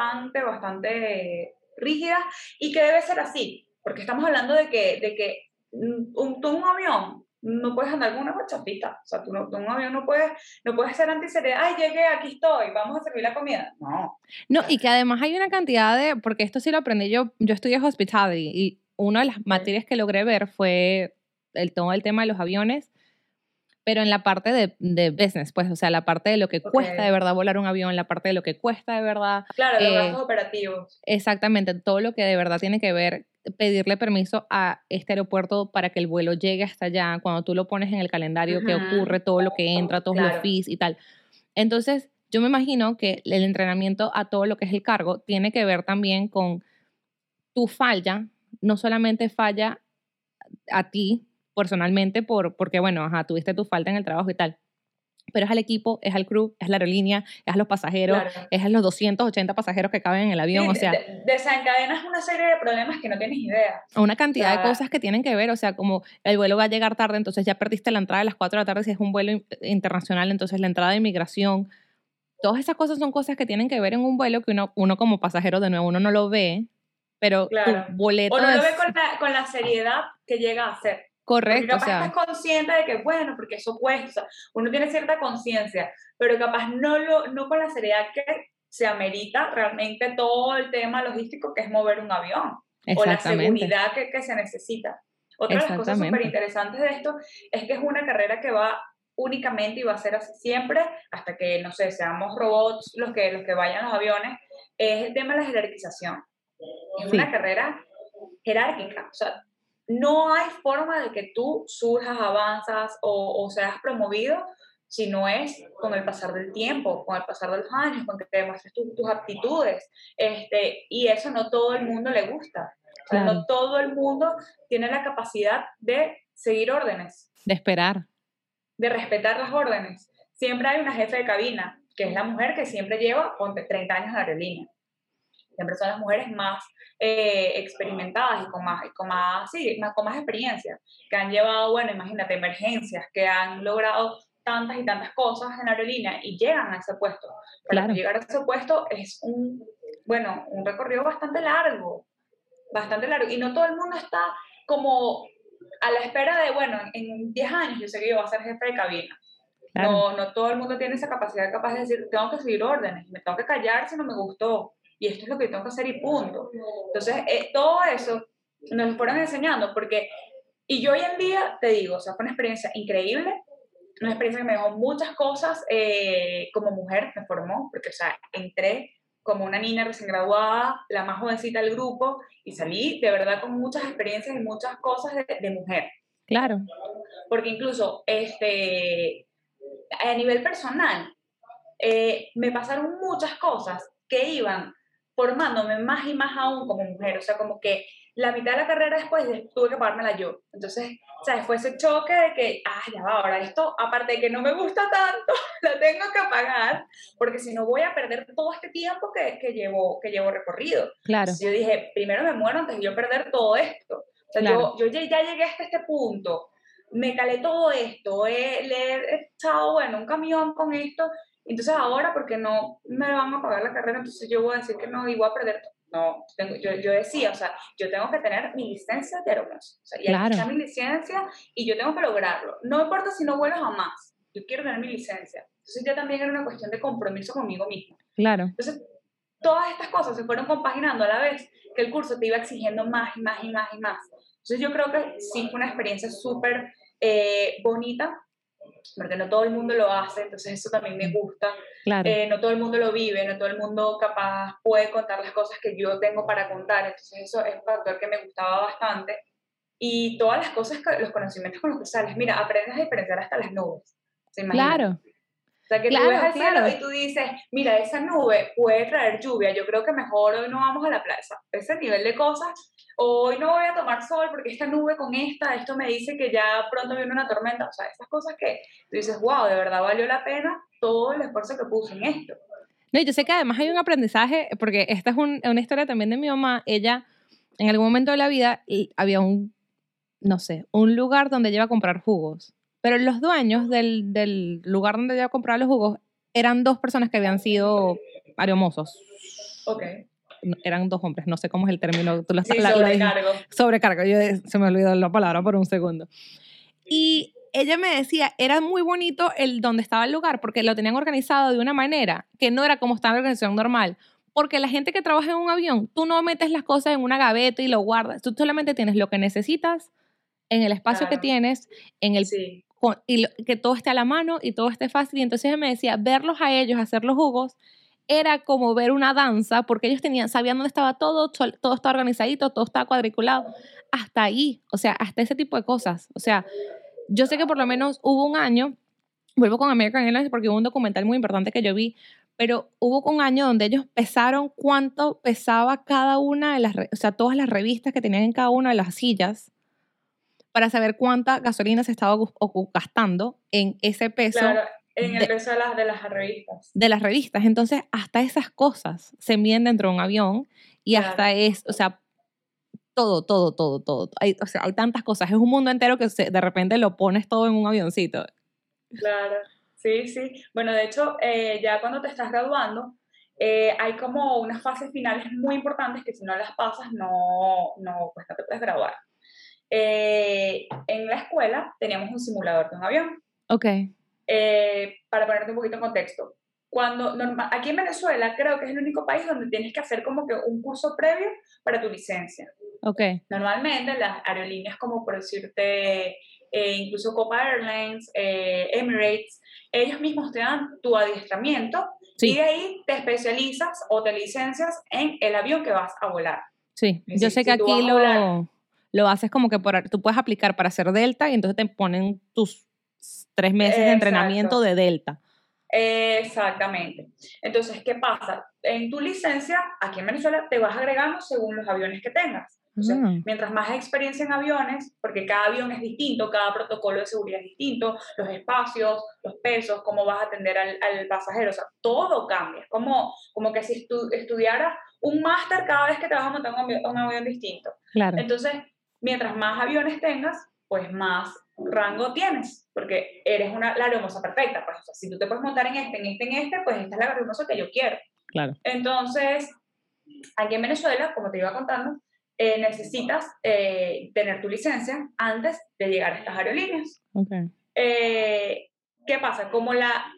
bastante rígidas y que debe ser así, porque estamos hablando de que tú en un avión no puedes andar con una guachafita. O sea, tú en un avión no puedes ser antiseria, ay, llegué, aquí estoy, vamos a servir la comida. No. O No, sea, y que además hay una cantidad de porque esto sí lo aprendí yo estudié hospitality y una de las ok, materias que logré ver fue todo el tema de los aviones, pero en la parte de business, pues, o sea, la parte de lo que ok. cuesta de verdad volar un avión, la parte de lo que cuesta de verdad, Claro, los eh, gastos operativos. exactamente, todo lo que de verdad tiene que ver, pedirle permiso a este aeropuerto para que el vuelo llegue hasta allá, cuando tú lo pones en el calendario, qué Ujú, ocurre, todo lo que entra, todos los claro, fees y tal. Entonces, yo me imagino que el entrenamiento a todo lo que es el cargo tiene que ver también con tu falla, no solamente falla a ti personalmente porque, bueno, ajá, tuviste tu falta en el trabajo y tal, pero es al equipo, es al crew, es la aerolínea, es a los pasajeros, claro. es a los 280 pasajeros que caben en el Sí, avión, o sea, desencadenas una serie de problemas que no tienes idea. una O cantidad de sea, cosas que tienen que ver, o sea, como el vuelo va a llegar tarde, entonces ya perdiste la entrada a las 4 de la tarde si es un vuelo internacional, entonces la entrada de inmigración, todas esas cosas son cosas que tienen que ver en un vuelo que uno como pasajero, de nuevo, uno no lo ve, pero tu claro. O boleto no lo ve es con la seriedad que llega a ser. Porque correcto, o capaz estás sea, consciente de que, bueno, porque eso cuesta, o sea, uno tiene cierta conciencia, pero capaz no con la seriedad que se amerita realmente todo el tema logístico que es mover un avión, o la exactamente, seguridad que se necesita. Otra de las cosas súper exactamente. interesantes de esto es que es una carrera que va únicamente y va a ser así siempre, hasta que, no sé, seamos robots los que vayan a los aviones, es el tema de la jerarquización. Es una Sí, carrera jerárquica, o sea, no hay forma de que tú surjas, avanzas o seas promovido si no es con el pasar del tiempo, con el pasar de los años, con que te demuestres tus aptitudes. Y eso no todo el mundo le gusta. O sea, claro, no todo el mundo tiene la capacidad de seguir órdenes, de esperar, de respetar las órdenes. Siempre hay una jefe de cabina, que es la mujer que siempre lleva, ponte, 30 años en la aerolínea. Siempre son las mujeres más experimentadas con más experiencia, que han llevado, bueno, imagínate, emergencias, que han logrado tantas y tantas cosas en la aerolínea y llegan a ese puesto. Para tú claro, llegar a ese puesto es bueno, un recorrido bastante largo, y no todo el mundo está como a la espera de, bueno, en 10 años yo sé que yo voy a ser jefe de cabina. claro, No todo el mundo tiene esa capacidad capaz de decir, tengo que seguir órdenes, me tengo que callar si no me gustó, y esto es lo que tengo que hacer y punto. Entonces, todo eso nos lo fueron enseñando, y yo hoy en día, te digo, o sea, fue una experiencia increíble, una experiencia que me dejó muchas cosas, como mujer me formó, porque, o sea, entré como una niña recién graduada, la más jovencita del grupo, y salí de verdad con muchas experiencias y muchas cosas de mujer. claro, Porque incluso, a nivel personal, me pasaron muchas cosas que iban formándome más y más aún como mujer. O sea, como que la mitad de la carrera después tuve que pagármela yo. Entonces, ¿sabes? Fue ese choque de que, ya va, ahora esto, aparte de que no me gusta tanto, lo tengo que pagar, porque si no voy a perder todo este tiempo que llevo recorrido. Claro, Entonces yo dije, primero me muero antes de yo perder todo esto. O sea, claro, yo ya llegué hasta este punto, me calé todo esto, le he echado, bueno, un camión con esto, entonces ahora, porque no me van a pagar la carrera, entonces yo voy a decir que no y voy a perder todo. No, yo decía, o sea, yo tengo que tener mi licencia de hermoso. O sea, y aquí está claro, mi licencia y yo tengo que lograrlo. No importa si no vuelo jamás, yo quiero tener mi licencia. Entonces ya también era una cuestión de compromiso conmigo mismo. claro. Entonces, todas estas cosas se fueron compaginando a la vez que el curso te iba exigiendo más y más y más y más. Entonces yo creo que sí fue una experiencia súper bonita, porque no todo el mundo lo hace, entonces eso también me gusta. Claro, No todo el mundo lo vive, no todo el mundo capaz puede contar las cosas que yo tengo para contar, entonces eso es un factor que me gustaba bastante. Y todas las cosas, los conocimientos con los que sales, mira, aprendes a diferenciar hasta las nubes, ¿se imaginan? claro, O sea, que tú ves claro, al cielo claro. y tú dices, mira, esa nube puede traer lluvia, yo creo que mejor hoy no vamos a la plaza. Ese nivel de cosas, hoy no voy a tomar sol porque esta nube con esto me dice que ya pronto viene una tormenta. O sea, esas cosas que tú dices, wow, de verdad valió la pena todo el esfuerzo que puse en esto. No, yo sé que además hay un aprendizaje, porque esta es una historia también de mi mamá. Ella, en algún momento de la vida, había no sé, un lugar donde ella iba a comprar jugos. Pero los dueños del lugar donde ella iba a comprar los jugos eran dos personas que habían sido areomosos. Ok. Eran dos hombres, no sé cómo es el término. Tú Sí, lo dijiste. sobrecargo. Sobrecarga, se me olvidó la palabra por un segundo. Y ella me decía, era muy bonito el donde estaba el lugar porque lo tenían organizado de una manera que no era como está en la organización normal. Porque la gente que trabaja en un avión, tú no metes las cosas en una gaveta y lo guardas. Tú solamente tienes lo que necesitas en el espacio que Claro, tienes, sí, que todo esté a la mano y todo esté fácil. Y entonces ella me decía, verlos a ellos hacer los jugos era como ver una danza, porque ellos sabían dónde estaba todo, todo estaba organizadito, todo estaba cuadriculado, hasta ahí, o sea, hasta ese tipo de cosas. O sea, yo sé que por lo menos hubo un año, vuelvo con American Airlines porque hubo un documental muy importante que yo vi, pero hubo un año donde ellos pesaron cuánto pesaba cada una de o sea, todas las revistas que tenían en cada una de las sillas para saber cuánta gasolina se estaba gastando en ese peso claro, en el de, peso de las revistas. de las revistas. Entonces, hasta esas cosas se miden dentro de un avión y Claro, hasta o sea, todo, todo, todo, todo. O sea, hay tantas cosas. Es un mundo entero que de repente lo pones todo en un avioncito. claro. Sí, sí. Bueno, de hecho, ya cuando te estás graduando, hay como unas fases finales muy importantes que si no las pasas, pues no te puedes graduar. En la escuela teníamos un simulador de un avión. Ok, Para ponerte un poquito en contexto, aquí en Venezuela creo que es el único país donde tienes que hacer como que un curso previo para tu licencia. ok, Normalmente las aerolíneas como por decirte, incluso Copa Airlines, Emirates, ellos mismos te dan tu adiestramiento y de sí, ahí te especializas o te licencias en el avión que vas a volar. sí. Es Yo decir, sé que si tú aquí vas a volar, lo haces como que tú puedes aplicar para hacer Delta y entonces te ponen tus 3 meses de entrenamiento exacto. de Delta. Exactamente. Entonces, ¿qué pasa? En tu licencia, aquí en Venezuela, te vas agregando según los aviones que tengas. Entonces, Ah, mientras más experiencia en aviones, porque cada avión es distinto, cada protocolo de seguridad es distinto, los espacios, los pesos, cómo vas a atender al pasajero, o sea, todo cambia. Es como que si estudiaras un máster cada vez que te vas a montar un avión distinto. claro, Entonces, mientras más aviones tengas, pues más rango tienes, porque eres la aeromoza perfecta. Pues, o sea, si tú te puedes montar en este, pues esta es la aeromoza que yo quiero. claro. Entonces, aquí en Venezuela, como te iba contando, necesitas tener tu licencia antes de llegar a estas aerolíneas. Ok, Eh, ¿Qué pasa? Como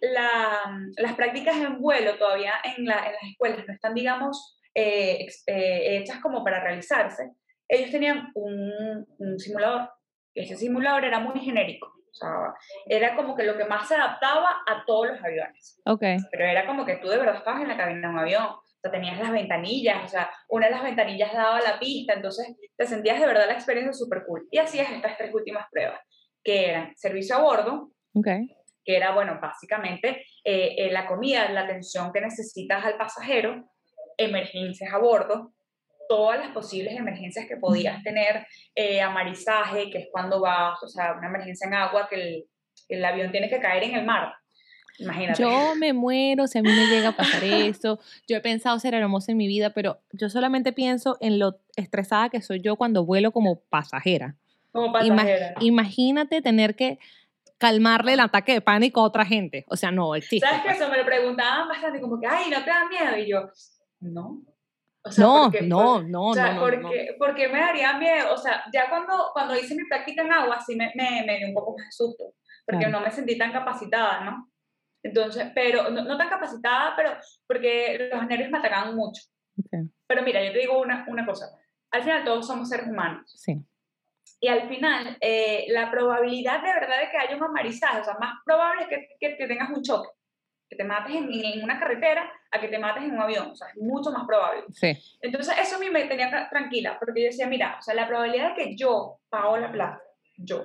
las prácticas en vuelo todavía en las escuelas no están, digamos, hechas como para realizarse, ellos tenían un simulador. Ese simulador era muy genérico. O sea, era como que lo que más se adaptaba a todos los aviones. ok, Pero era como que tú de verdad estabas en la cabina de un avión. O sea, tenías las ventanillas, o sea, una de las ventanillas daba a la pista, entonces te sentías de verdad la experiencia súper cool. Y hacías estas 3 últimas pruebas, que eran servicio a bordo, ok, que era, bueno, básicamente la comida, la atención que necesitas al pasajero, emergencias a bordo, todas las posibles emergencias que podías tener, amarizaje, que es cuando vas, o sea, una emergencia en agua, que el avión tiene que caer en el mar, imagínate. Yo me muero si a mí me llega a pasar eso. Yo he pensado ser hermosa en mi vida, pero yo solamente pienso en lo estresada que soy yo cuando vuelo como pasajera. Como pasajera. Imagínate tener que calmarle el ataque de pánico a otra gente. O sea, no existe, ¿Sabes qué? pues. Eso me lo preguntaban bastante, como que, ay, ¿no te da miedo? Y yo, no. O sea, No, porque, no, o no, no, sea, no, no, no. porque me daría miedo. O sea, ya cuando hice mi práctica en agua, sí me dio un poco más de susto, porque Claro. no me sentí tan capacitada, ¿no? Entonces, pero no tan capacitada, pero porque los nervios me atacaban mucho. Okay. Pero mira, yo te digo una cosa. Al final todos somos seres humanos. Sí. Y al final, la probabilidad de verdad de que haya un amarizaje, o sea, más probable es que tengas un choque, que te mates en una carretera a que te mates en un avión, o sea, es mucho más probable. Sí. Entonces, eso a mí me tenía tranquila, porque yo decía, mira, o sea, la probabilidad de que yo, Paola Plata, yo,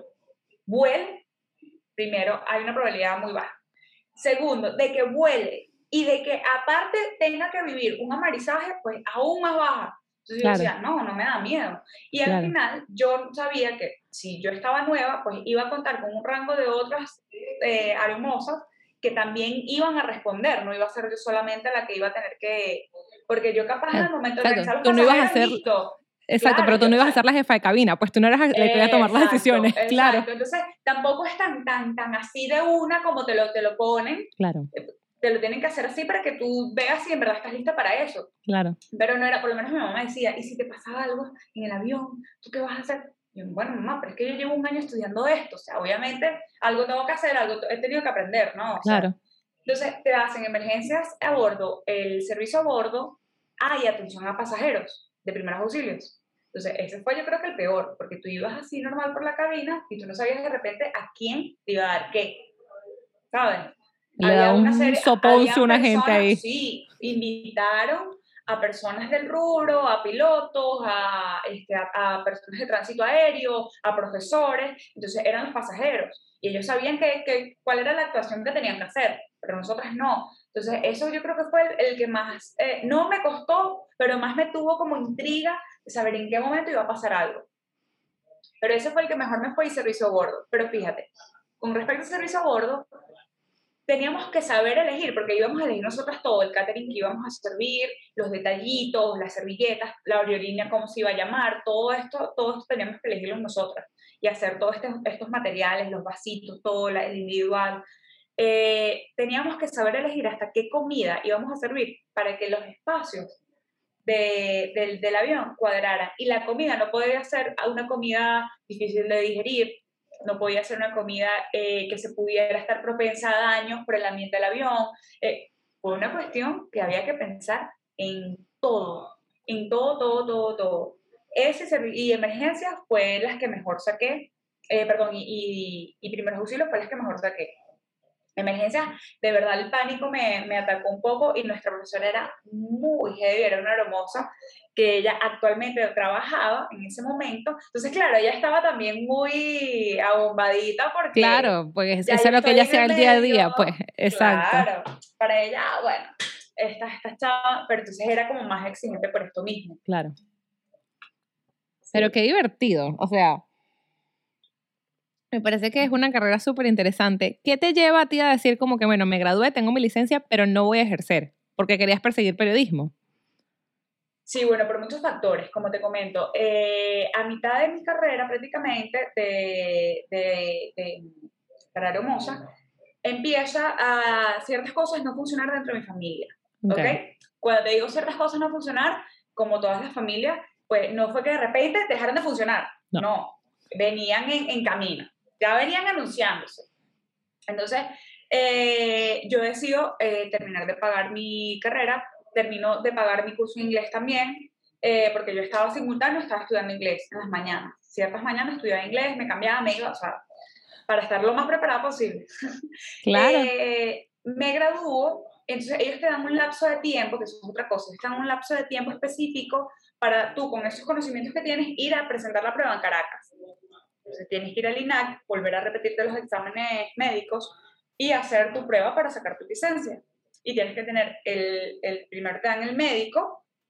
vuele, primero, hay una probabilidad muy baja. Segundo, de que vuele y de que aparte tenga que vivir un amarizaje, pues aún más baja. Entonces yo Claro, decía, no me da miedo. Y al claro. final yo sabía que si yo estaba nueva, pues iba a contar con un rango de otras aromosas que también iban a responder, no iba a ser yo solamente la que iba a tener que, porque yo capaz Claro. al momento de Exacto. organizar los Tú no ibas a pasajeros, hacer, listo, exacto, claro, pero tú yo, no o ibas a sea, ser la jefa de cabina, pues tú no eras la que iba a tomar las decisiones. exacto, Claro, exacto. Entonces, tampoco es tan así de una como te lo ponen. claro, Te lo tienen que hacer así para que tú veas si en verdad estás lista para eso. claro. Pero no era, por lo menos mi mamá decía, ¿y si te pasa algo en el avión? ¿Tú qué vas a hacer? Y yo, bueno, mamá, pero es que yo llevo un año estudiando esto, o sea, obviamente algo tengo que hacer, algo he tenido que aprender, ¿no? O sea, Claro. entonces te hacen emergencias a bordo, el servicio a bordo, y atención a pasajeros de primeros auxilios. Entonces, ese fue yo creo que el peor, porque tú ibas así normal por la cabina y tú no sabías de repente a quién te iba a dar qué, ¿sabes? Le da un soponcio a Habían una gente personas, ahí. sí, invitaron a personas del rubro, a pilotos, a personas de tránsito aéreo, a profesores, entonces eran los pasajeros y ellos sabían cuál era la actuación que tenían que hacer, pero nosotras no. Entonces eso yo creo que fue el que más, no me costó, pero más me tuvo como intriga de saber en qué momento iba a pasar algo. Pero ese fue el que mejor me fue y servicio a bordo. Pero fíjate, con respecto al servicio a bordo, teníamos que saber elegir, porque íbamos a elegir nosotras todo, el catering que íbamos a servir, los detallitos, las servilletas, la aerolínea, cómo se iba a llamar, todo esto teníamos que elegirlos nosotras y hacer todos estos materiales, los vasitos, todo el individual. Teníamos que saber elegir hasta qué comida íbamos a servir para que los espacios del avión cuadraran. Y la comida no podía ser una comida difícil de digerir, no podía ser una comida que se pudiera estar propensa a daños por el ambiente del avión. Fue una cuestión que había que pensar en todo, todo, todo, todo. Y emergencias fue las que mejor saqué, perdón, y primeros auxilios fue las que mejor saqué. Emergencias, de verdad el pánico me atacó un poco y nuestra profesora era muy heavy, era una hermosa, que ella actualmente trabajaba en ese momento. Entonces, claro, ella estaba también muy abombadita porque Claro, pues ya eso yo es lo que estoy ella en hacía el el día a medio, día, pues, exacto. claro, para ella, bueno, esta chava, pero entonces era como más exigente por esto mismo. Claro. Pero Sí. qué divertido, o sea, me parece que es una carrera súper interesante. ¿Qué te lleva a ti a decir como que, bueno, me gradué, tengo mi licencia, pero no voy a ejercer? Porque querías perseguir periodismo. Sí, bueno, por muchos factores, como te comento. A mitad de mi carrera, prácticamente, para Aromosa, empieza a ciertas cosas no funcionar dentro de mi familia, ¿ok? Okay. Cuando te digo ciertas cosas no funcionar, como todas las familias, pues no fue que de repente dejaron de funcionar, No. no, venían en camino, ya venían anunciándose. Entonces, yo decido terminar de pagar mi carrera, termino de pagar mi curso de inglés también, porque yo estaba simultáneo, estaba estudiando inglés en las mañanas. Ciertas mañanas estudiaba inglés, me cambiaba, me iba, o sea, para estar lo más preparada posible. Claro, Me graduó, entonces ellos te dan un lapso de tiempo, que eso es otra cosa, te dan un lapso de tiempo específico para tú, con esos conocimientos que tienes, ir a presentar la prueba en Caracas. Entonces tienes que ir al INAC, volver a repetirte los exámenes médicos y hacer tu prueba para sacar tu licencia. Y tienes que tener primero te dan el médico,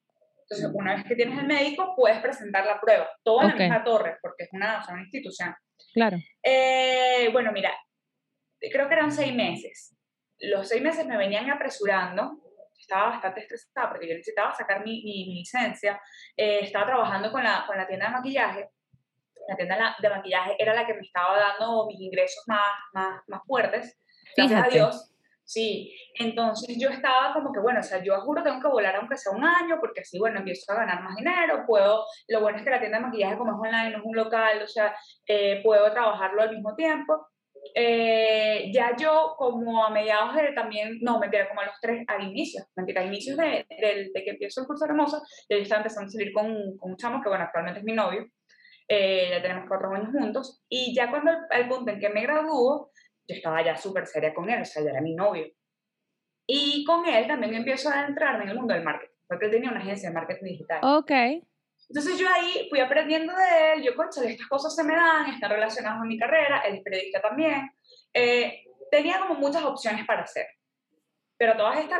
Entonces, una vez que tienes el médico, puedes presentar la prueba, todo en la Ok, misma torre, porque es o sea, una institución. claro. Bueno, mira, creo que eran 6 meses. Los 6 meses me venían apresurando, estaba bastante estresada porque yo necesitaba sacar mi licencia, estaba trabajando con la tienda de maquillaje. La tienda de maquillaje era la que me estaba dando mis ingresos más fuertes, gracias a Fíjate. Dios. Sí, entonces yo estaba como que, bueno, o sea, yo juro tengo que volar aunque sea un año, porque así, bueno, empiezo a ganar más dinero, puedo, lo bueno es que la tienda de maquillaje como es online, no es un local, o sea, puedo trabajarlo al mismo tiempo. Ya yo como a mediados de también, no, mentira, como a los 3, al inicio, mentira, a inicios de que empiezo el curso de hermosa, yo estaba empezando a salir con un chamo que, bueno, actualmente es mi novio. Ya tenemos 4 años juntos, y ya cuando al punto en que me graduó, yo estaba ya súper seria con él, o sea, ya era mi novio. Y con él también empiezo a adentrarme en el mundo del marketing, porque él tenía una agencia de marketing digital. Ok, Entonces yo ahí fui aprendiendo de él, yo, conchale, estas cosas se me dan, están relacionadas con mi carrera, él es periodista también. Tenía como muchas opciones para hacer, pero todas estas,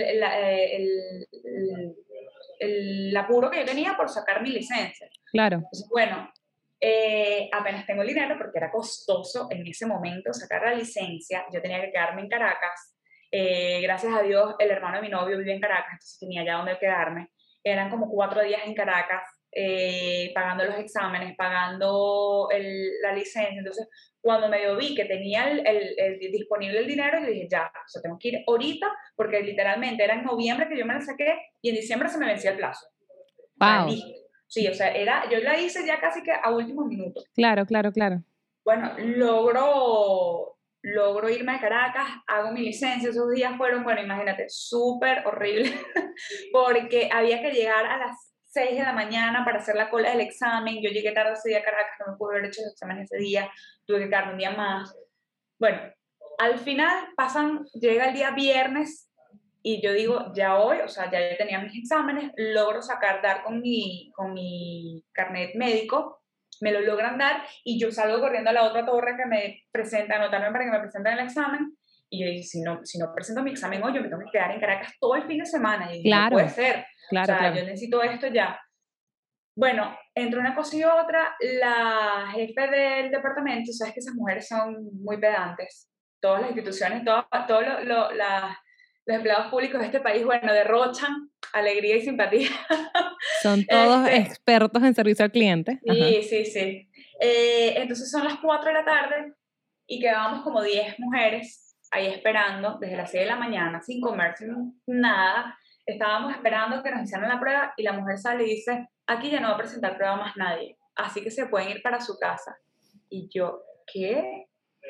el apuro que yo tenía por sacar mi licencia. claro. Entonces, bueno, apenas tengo el dinero, porque era costoso en ese momento sacar la licencia, yo tenía que quedarme en Caracas. Gracias a Dios, el hermano de mi novio vive en Caracas, entonces tenía ya donde quedarme. Eran como 4 días en Caracas, pagando los exámenes, pagando la licencia. Entonces, cuando medio vi que tenía disponible el dinero, yo dije, ya, o sea, tengo que ir ahorita, porque literalmente era en noviembre que yo me la saqué y en diciembre se me vencía el plazo. O sea, Wow. listo. Sí, o sea, yo la hice ya casi que a último minuto. Claro, claro, claro. Bueno, logro irme a Caracas, hago mi licencia. Esos días fueron, bueno, imagínate, súper horrible, porque había que llegar a las 6 de la mañana para hacer la cola del examen. Yo llegué tarde ese día a Caracas, no me pude haber hecho los exámenes ese día, tuve que quedarme un día más. Bueno, al final llega el día viernes y yo digo, ya hoy, o sea, ya yo tenía mis exámenes, logro dar con mi carnet médico, me lo logran dar y yo salgo corriendo a la otra torre que me presenta, anotarme para que me presenten el examen. Y yo dije, si no presento mi examen hoy, yo me tengo que quedar en Caracas todo el fin de semana. Y dije, no puede Claro, ser. O claro, sea, claro. yo necesito esto ya. Bueno, entre una cosa y otra, la jefe del departamento, sabes que esas mujeres son muy pedantes. Todas las instituciones, todos los empleados públicos de este país, bueno, derrochan alegría y simpatía. Son todos Este, expertos en servicio al cliente. Ajá. sí, sí, sí. Entonces son las 4 de la tarde y quedábamos como 10 mujeres ahí esperando desde las 6 de la mañana, sin comer, sin nada. Estábamos esperando que nos hicieran la prueba y la mujer sale y dice, aquí ya no va a presentar prueba más nadie, así que se pueden ir para su casa. Y yo, ¿qué?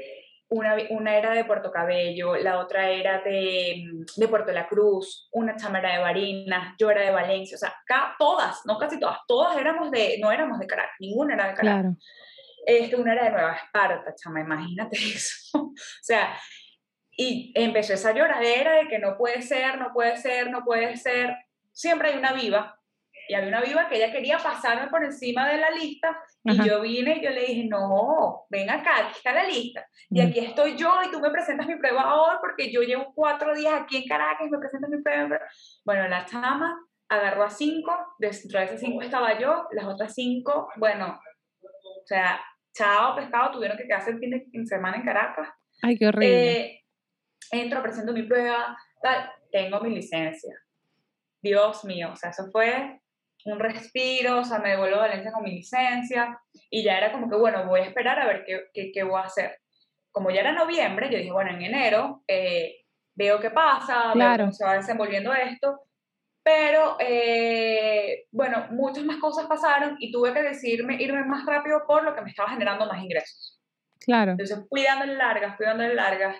Una era de Puerto Cabello, la otra era de Puerto La Cruz, una chama era de Barinas, yo era de Valencia, o sea, todas, no casi todas, todas no éramos de Caracas, ninguna era de Caracas. Claro. Una era de Nueva Esparta, chama, imagínate eso. O sea, y empezó esa lloradera de que no puede ser, no puede ser, no puede ser. Siempre hay una viva, y había una viva que ella quería pasarme por encima de la lista, y Ajá. yo vine y yo le dije, no, ven acá, aquí está la lista, y Ujú. aquí estoy yo, y tú me presentas mi prueba hoy, porque yo llevo 4 días aquí en Caracas y me presentas mi prueba. Bueno, la chama agarró a 5, dentro de esas 5 estaba yo, las otras 5, bueno, o sea, chao pescado, tuvieron que quedarse el fin de semana en Caracas. Ay, qué horrible. Eh, Entro, presento mi prueba, tal, tengo mi licencia. Dios mío, o sea, eso fue un respiro, o sea, me devuelvo a Valencia con mi licencia y ya era como que, bueno, voy a esperar a ver qué voy a hacer. Como ya era noviembre, yo dije, bueno, en enero veo qué pasa, veo cómo Claro, se va desenvolviendo esto, pero bueno, muchas más cosas pasaron y tuve que decidirme irme más rápido por lo que me estaba generando más ingresos. claro, Entonces fui dándole largas, fui dándole largas.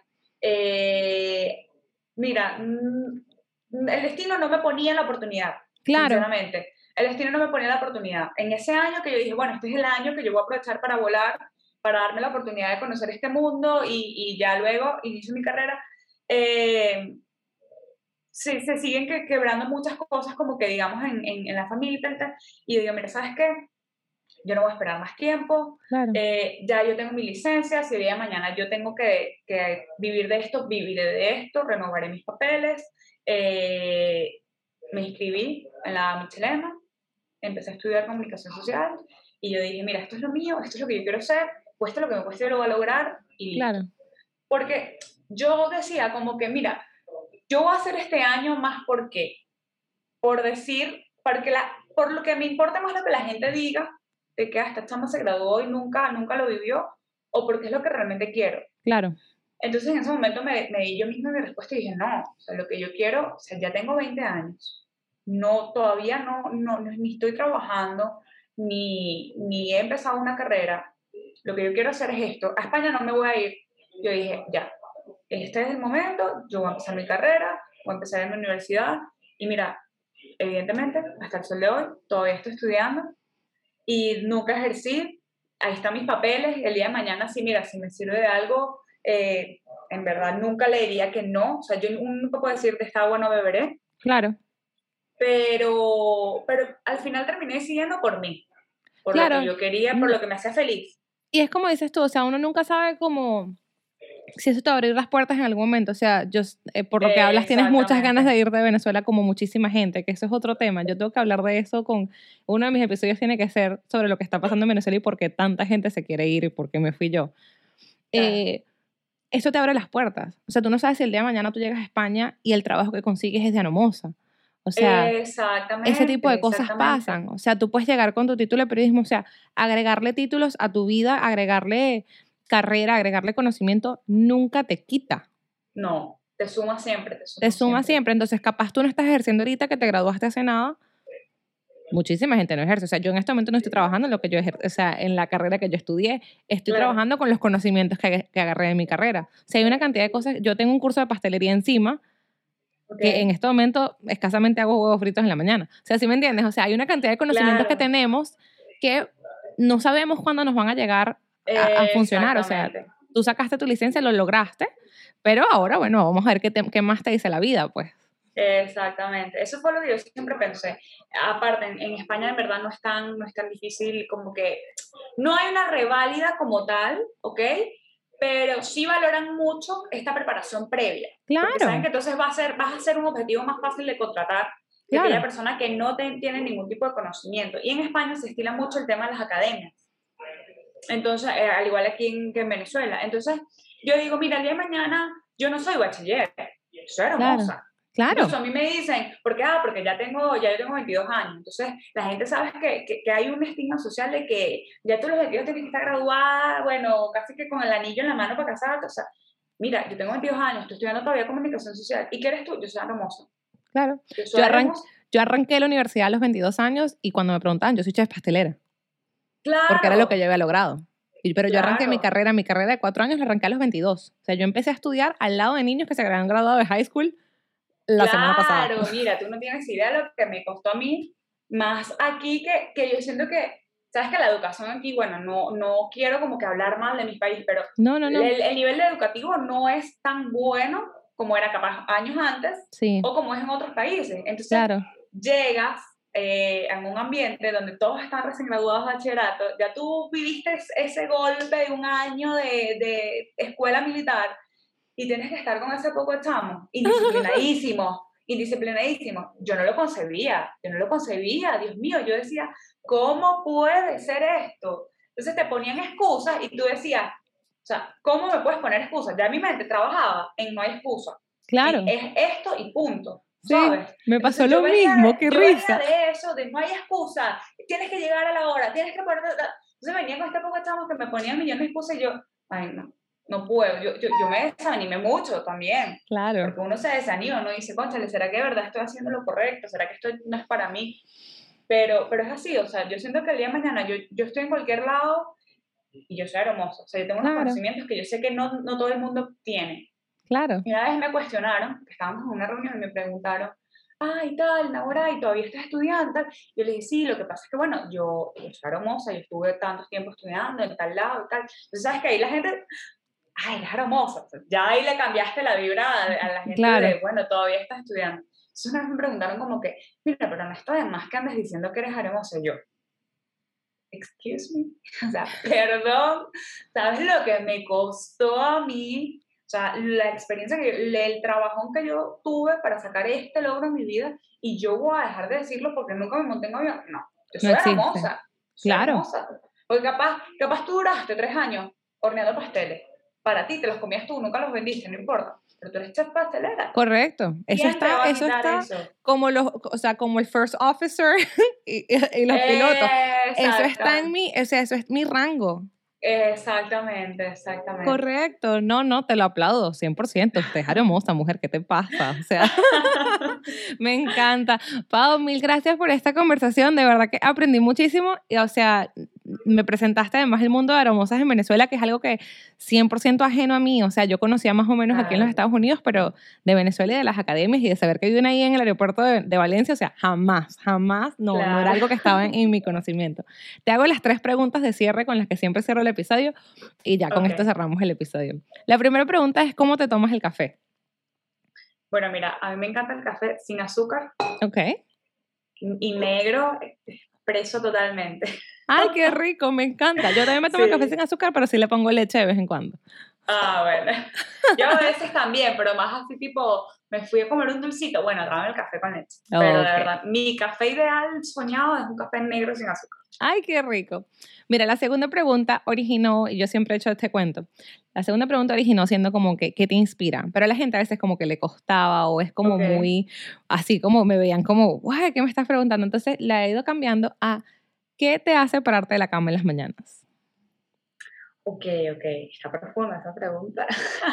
Eh, Mira, el destino no me ponía la oportunidad, claro. sinceramente. El destino no me ponía la oportunidad. En ese año que yo dije, bueno, este es el año que yo voy a aprovechar para volar, para darme la oportunidad de conocer este mundo y ya luego inicio mi carrera, se siguen quebrando muchas cosas como que digamos en la familia y tal, tal. Y yo digo, mira, ¿sabes qué? Yo no voy a esperar más tiempo, Claro. ya yo tengo mi licencia, si el día de mañana yo tengo que vivir de esto, viviré de esto, renovaré mis papeles, me inscribí en la Michelena, empecé a estudiar comunicación social y yo dije, mira, esto es lo mío, esto es lo que yo quiero hacer, cueste lo que me cueste, yo lo voy a lograr y listo. Claro, Porque yo decía como que, mira, yo voy a hacer este año más porque, por decir, por lo que me importa más lo que la gente diga, de que esta chama se graduó y nunca lo vivió, o porque es lo que realmente quiero. claro, Entonces en ese momento me di yo misma mi respuesta y dije, no, o sea, lo que yo quiero, o sea, ya tengo 20 años, no, todavía ni estoy trabajando, ni he empezado una carrera, lo que yo quiero hacer es esto, a España no me voy a ir. Yo dije, ya, este es el momento, yo voy a empezar mi carrera, voy a empezar en mi universidad, y mira, evidentemente, hasta el sol de hoy, todavía estoy estudiando, y nunca ejercí, ahí están mis papeles, el día de mañana, sí, mira, si me sirve de algo, en verdad nunca le diría que no, o sea, yo nunca puedo decir de esta agua no beberé, claro, pero al final terminé decidiendo por mí, por lo que claro. yo quería, por Mm, lo que me hacía feliz. y es como dices tú, o sea, uno nunca sabe cómo si eso te va a abrir las puertas en algún momento. O sea, por lo que hablas, tienes muchas ganas Exactamente, de ir de Venezuela como muchísima gente, que eso es otro tema. Yo tengo que hablar de eso con uno de mis episodios, tiene que ser sobre lo que está pasando en Venezuela y por qué tanta gente se quiere ir y por qué me fui yo. claro. Eh, Eso te abre las puertas. O sea, tú no sabes si el día de mañana tú llegas a España y el trabajo que consigues es de anomosa. O sea, ese tipo Exactamente, de cosas exactamente. pasan. O sea, tú puedes llegar con tu título de periodismo, o sea, agregarle títulos a tu vida, agregarle carrera, agregarle conocimiento, nunca te quita. No, te suma siempre, te Te suma suma siempre. siempre. Entonces, capaz tú no estás ejerciendo ahorita que te graduaste hace nada. Muchísima gente no ejerce. O sea, yo en este momento no estoy trabajando en lo que yo ejerzo, o sea, en la carrera que yo estudié. Estoy Claro, trabajando con los conocimientos que agarré de mi carrera. O sea, hay una cantidad de cosas. Yo tengo un curso de pastelería encima ok, que en este momento escasamente hago huevos fritos en la mañana. O sea, ¿sí me entiendes? O sea, hay una cantidad de conocimientos que claro, tenemos que no sabemos cuándo nos van a llegar a funcionar. O sea, exactamente. tú sacaste tu licencia, lo lograste, pero ahora, bueno, vamos a ver qué más te dice la vida, pues. Exactamente, eso fue lo que yo siempre pensé. Aparte, en España en verdad no es tan difícil como que no hay una reválida como tal, ¿ok? Pero sí valoran mucho esta preparación previa, porque saben que Claro, entonces vas a ser un objetivo más fácil de contratar que aquella claro, persona que no tiene ningún tipo de conocimiento. Y en España se estila mucho el tema de las academias, entonces, al igual aquí que en Venezuela. Entonces, yo digo, mira, el día de mañana yo no soy bachiller, soy claro, hermosa. Incluso claro. a mí me dicen, porque ya yo tengo 22 años, entonces la gente sabe que hay un estigma social de que ya tú los 22 tienes que estar graduada, bueno, casi que con el anillo en la mano para casarte, o sea, mira, yo tengo 22 años, estoy estudiando todavía comunicación social, ¿y qué eres tú? Yo soy hermosa, Claro. yo soy Yo, hermosa, yo arranqué la universidad a los 22 años y cuando me preguntaban, yo soy chef pastelera, porque era lo que claro, yo había logrado. Pero yo arranqué claro. mi carrera de 4 años la arranqué a los 22. O sea, yo empecé a estudiar al lado de niños que se habían graduado de high school la semana pasada. Claro, mira, tú no tienes idea de lo que me costó a mí, más aquí que yo siento que, sabes que la educación aquí, bueno, no quiero como que hablar mal de mi país, pero No, no, no. el nivel educativo no es tan bueno como era capaz años antes Sí, o como es en otros países. Entonces, claro, llegas en un ambiente donde todos están recién graduados de bachillerato, ya tú viviste ese golpe de un año de escuela militar y tienes que estar con ese poco de chamos, indisciplinadísimos, indisciplinadísimos. Yo no lo concebía, Dios mío, yo decía, ¿cómo puede ser esto? Entonces te ponían excusas y tú decías, o sea, ¿cómo me puedes poner excusas? Ya mi mente trabajaba en no hay excusa, en claro. es esto y punto, Sí, ¿sabes? me pasó Entonces lo mismo, qué yo venía risa. de eso, de no hay excusa, tienes que llegar a la hora, tienes que poner... Entonces venía con este poco de chamos que me ponían millones de excusas y yo, ay no, no puedo, yo me desanimé mucho también, Claro, porque uno se desanima, uno dice, cónchale, ¿será que de verdad estoy haciendo lo correcto? ¿Será que esto no es para mí? Pero es así, o sea, yo siento que el día de mañana yo estoy en cualquier lado y yo soy hermosa, o sea, yo tengo unos claro, conocimientos que yo sé que no todo el mundo tiene. claro. Y una vez me cuestionaron, que estábamos en una reunión y me preguntaron, ay, tal, Nahora, ¿y todavía estás estudiando? Tal? Yo le dije, sí, lo que pasa es que, bueno, yo soy hermosa, yo estuve tanto tiempo estudiando en tal lado y tal. Entonces, ¿sabes que ahí la gente, ay, eres hermosa? O sea, ya ahí le cambiaste la vibra a la gente Claro, de, bueno, todavía estás estudiando. Entonces, una vez me preguntaron como que, mira, pero no está de más que andes diciendo que eres hermosa. Y yo, excuse me, o sea, perdón, ¿sabes lo que me costó a mí O sea, la experiencia el trabajón que yo tuve para sacar este logro en mi vida, y yo voy a dejar de decirlo porque nunca me monté en avión. No, yo No soy existe. hermosa, soy Claro. hermosa. Porque capaz tú duraste 3 años horneando pasteles. Para ti, te los comías tú, nunca los vendiste, no importa. Pero tú eres chef pastelera. Correcto. ¿Quién te va a Eso quitar está eso? como o sea, como el first officer y los pilotos. Eso está en Exactamente. mí, o sea, eso es mi rango. Exactamente, exactamente. Correcto. No, no, te lo aplaudo, 100%. Usted es hermosa, mujer, ¿qué te pasa? O sea, me encanta. Pau, mil gracias por esta conversación. De verdad que aprendí muchísimo. Y, o sea, me presentaste además el mundo de Hermosas en Venezuela, que es algo que 100% ajeno a mí. O sea, yo conocía más o menos aquí en los Claro, Estados Unidos, pero de Venezuela y de las academias y de saber que viven ahí en el aeropuerto de Valencia, o sea, jamás, no era claro. algo que estaba en mi conocimiento. Te hago las 3 preguntas de cierre con las que siempre cierro el episodio y ya con esto Ok. cerramos el episodio. La primera pregunta es, ¿cómo te tomas el café? Bueno, mira, a mí me encanta el café sin azúcar Ok. y negro, expreso totalmente. Ay, qué rico, me encanta. Yo también me tomo el café sin Sí. azúcar, pero sí le pongo leche de vez en cuando. Ah, bueno. Yo a veces también, pero más así tipo, me fui a comer un dulcito. Bueno, tráeme el café con leche. Pero de Ok. verdad, mi café ideal soñado es un café negro sin azúcar. Ay, qué rico. Mira, la segunda pregunta originó, y yo siempre he hecho este cuento, la segunda pregunta originó siendo como que, ¿qué te inspira? Pero a la gente a veces como que le costaba o es como Ok, muy, así como me veían como, guay, ¿qué me estás preguntando? Entonces la he ido cambiando a, ¿qué te hace pararte de la cama en las mañanas? ok, está profunda esa pregunta.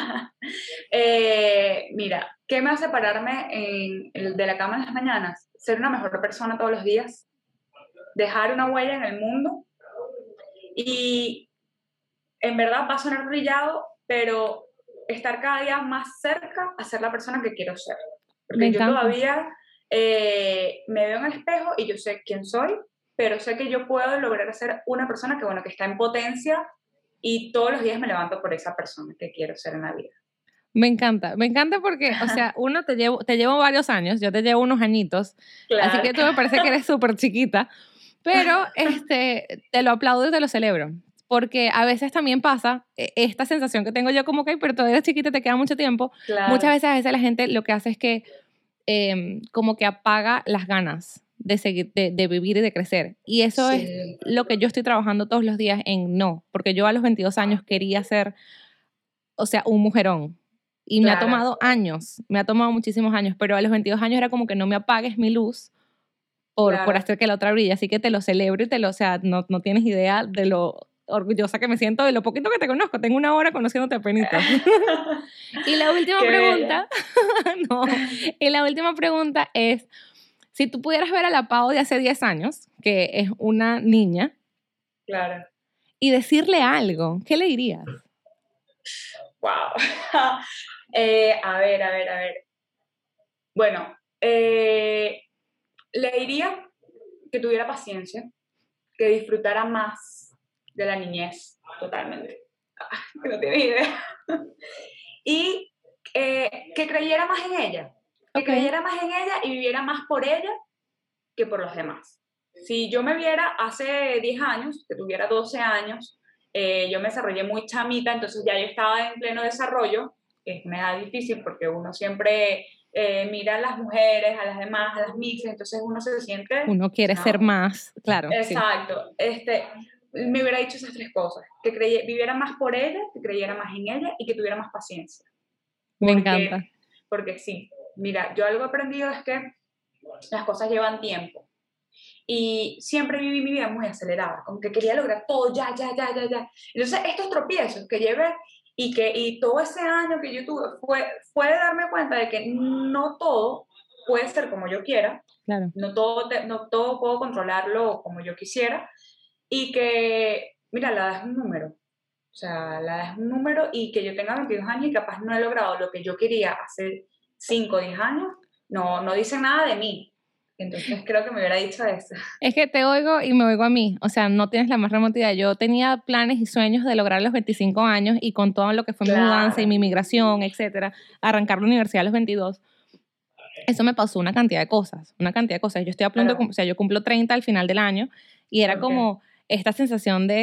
Mira, ¿qué me hace pararme de la cama en las mañanas? Ser una mejor persona todos los días, dejar una huella en el mundo y en verdad va a sonar brillado, pero estar cada día más cerca a ser la persona que quiero ser. Me Porque yo encanta. todavía me veo en el espejo y yo sé quién soy, pero sé que yo puedo lograr ser una persona que, bueno, que está en potencia y todos los días me levanto por esa persona que quiero ser en la vida. Me encanta porque, o sea, uno te llevo varios años, yo te llevo unos añitos, así Claro, que tú me parece que eres súper chiquita, pero te lo aplaudo y te lo celebro, porque a veces también pasa esta sensación que tengo yo como que, pero todavía eres chiquita, te queda mucho tiempo. Muchas claro, veces a veces la gente lo que hace es que como que apaga las ganas de seguir, de vivir y de crecer. Y eso es sí, lo que yo estoy trabajando todos los días en no, porque yo a los 22 años quería ser, o sea, un mujerón. Y me ha claro. tomado años, me ha tomado muchísimos años, pero a los 22 años era como que no me apagues mi luz por Claro. hacer que la otra brille. Así que te lo celebro y o sea, no tienes idea de lo orgullosa que me siento de lo poquito que te conozco. Tengo una hora conociéndote apenitas. Y la última Qué bella. pregunta, no, y la última pregunta es, si tú pudieras ver a la Pau de hace 10 años, que es una niña, Claro. y decirle algo, ¿qué le dirías? Wow. A ver. Bueno, le diría que tuviera paciencia, que disfrutara más de la niñez, totalmente. Que no tiene idea. Y que creyera más en ella, que Ok, creyera más en ella y viviera más por ella que por los demás. Si yo me viera hace 10 años, que tuviera 12 años, yo me desarrollé muy chamita, entonces ya yo estaba en pleno desarrollo, que es una edad difícil porque uno siempre mira a las mujeres, a las demás, a las mixtas, entonces uno se siente, uno quiere ser no, más, claro, sí, exacto, me hubiera dicho esas 3 cosas, que viviera más por ella, que creyera más en ella y que tuviera más paciencia, me porque, encanta. porque sí, mira, yo algo he aprendido es que las cosas llevan tiempo y siempre viví mi vida muy acelerada, como que quería lograr todo ya, ya, ya, ya, ya. Entonces, estos tropiezos que llevé y todo ese año que yo tuve fue de darme cuenta de que no todo puede ser como yo quiera, Claro. no todo puedo controlarlo como yo quisiera y que, mira, la edad es un número. O sea, la edad es un número y que yo tenga 22 años y capaz no he logrado lo que yo quería hace 5 o 10 años, no dice nada de mí. Entonces creo que me hubiera dicho eso. Es que te oigo y me oigo a mí, o sea, no tienes la más remota idea. Yo tenía planes y sueños de lograr los 25 años y con todo lo que fue mi mudanza y Claro, mi migración, etcétera, arrancar la universidad a los 22, eso me pasó una cantidad de cosas, una cantidad de cosas. Yo estoy a punto, claro, o sea, yo cumplo 30 al final del año y era ok, como esta sensación de,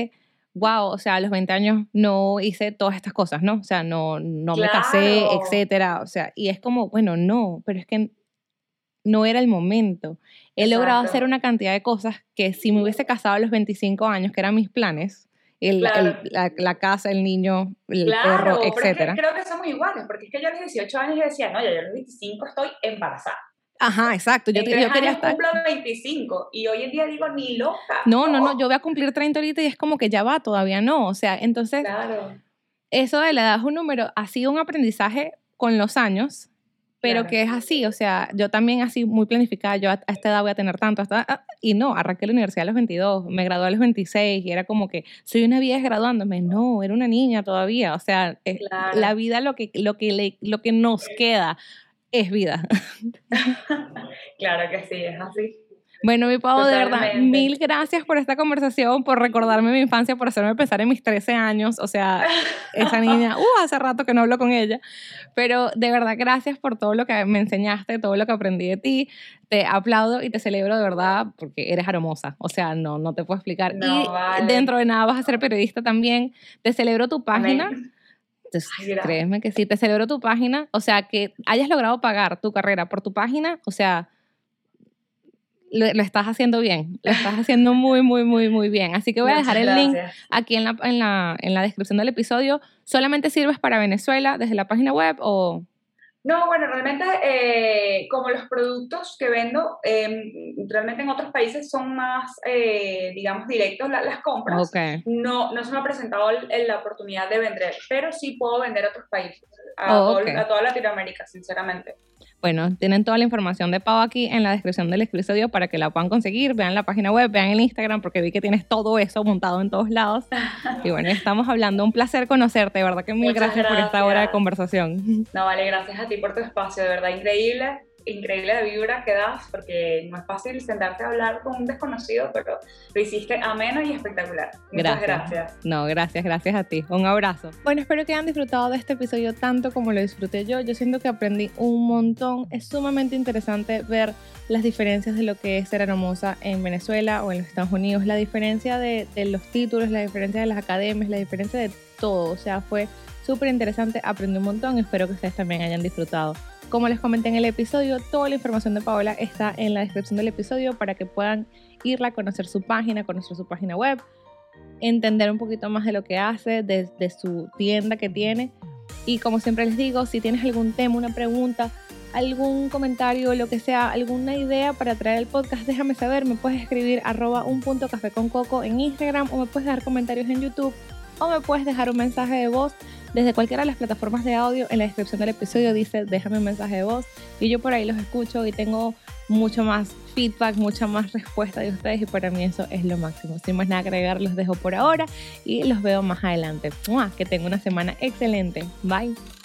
wow, o sea, a los 20 años no hice todas estas cosas, ¿no? O sea, no me casé, Claro, etcétera. O sea, y es como, bueno, no, pero es que no era el momento. He logrado hacer exacto. una cantidad de cosas que si me hubiese casado a los 25 años, que eran mis planes, Claro, la casa, el niño, el perro, claro, pero es que etcétera. creo que somos iguales, porque es que yo a los 18 años yo decía, no, ya yo a los 25 estoy embarazada. Ajá, exacto. En Yo 3 quería años estar. cumplo 25 y hoy en día digo, ni loca, No, no. yo voy a cumplir 30 ahorita y es como que ya va, todavía no. O sea, entonces, Claro, eso de la edad es un número, ha sido un aprendizaje con los años, pero claro. que es así, o sea, yo también así muy planificada, yo a esta edad voy a tener tanto, y no, arranqué la universidad a los 22, me gradué a los 26 y era como que soy una vieja graduándome, no, era una niña todavía, o sea, la Claro, vida lo que nos queda es vida. claro que sí, es así, Bueno, mi Pau, de verdad, totalmente. mil gracias por esta conversación, por recordarme mi infancia, por hacerme pensar en mis 13 años. O sea, esa niña, hace rato que no hablo con ella. Pero de verdad, gracias por todo lo que me enseñaste, todo lo que aprendí de ti. Te aplaudo y te celebro de verdad porque eres hermosa. O sea, no te puedo explicar. No, Y vale, dentro de nada vas a ser periodista también. Te celebro tu página. amén. Entonces, Ay, gracias. créeme que sí, te celebro tu página. O sea, que hayas logrado pagar tu carrera por tu página. O sea, lo estás haciendo bien, lo estás haciendo muy, muy, muy, muy bien. Así que voy a dejar Muchas el link gracias. aquí en la descripción del episodio. ¿Solamente sirves para Venezuela desde la página web o...? No, bueno, realmente como los productos que vendo, realmente en otros países son más, digamos, directos las compras, Ok, no se me ha presentado la oportunidad de vender, pero sí puedo vender a otros países, ok. a toda Latinoamérica, sinceramente. Bueno, tienen toda la información de Pau aquí en la descripción del episodio para que la puedan conseguir. Vean la página web, vean el Instagram, porque vi que tienes todo eso montado en todos lados. Y bueno, estamos hablando. Un placer conocerte, de verdad que mil Muchas gracias por esta hora de gracias. conversación. No, vale, gracias a ti por tu espacio, de verdad increíble, increíble la vibra que das, porque no es fácil sentarte a hablar con un desconocido, pero lo hiciste ameno y espectacular. Muchas Gracias. gracias. No, gracias a ti. Un abrazo. Bueno, espero que hayan disfrutado de este episodio tanto como lo disfruté yo. Yo siento que aprendí un montón. Es sumamente interesante ver las diferencias de lo que es ser hermosa en Venezuela o en los Estados Unidos, la diferencia de los títulos, la diferencia de las academias, la diferencia de todo. O sea, fue súper interesante, aprendí un montón. Espero que ustedes también hayan disfrutado. Como les comenté en el episodio, toda la información de Paola está en la descripción del episodio para que puedan irla a conocer su página web, entender un poquito más de lo que hace, de su tienda que tiene. Y como siempre les digo, si tienes algún tema, una pregunta, algún comentario, lo que sea, alguna idea para traer el podcast, déjame saber. Me puedes escribir @un.cafeconcoco en Instagram, o me puedes dejar comentarios en YouTube, o me puedes dejar un mensaje de voz desde cualquiera de las plataformas de audio. En la descripción del episodio dice déjame un mensaje de voz y yo por ahí los escucho y tengo mucho más feedback, mucha más respuesta de ustedes, y para mí eso es lo máximo. Sin más nada que agregar, los dejo por ahora y los veo más adelante. ¡Mua! Que tengan una semana excelente. Bye.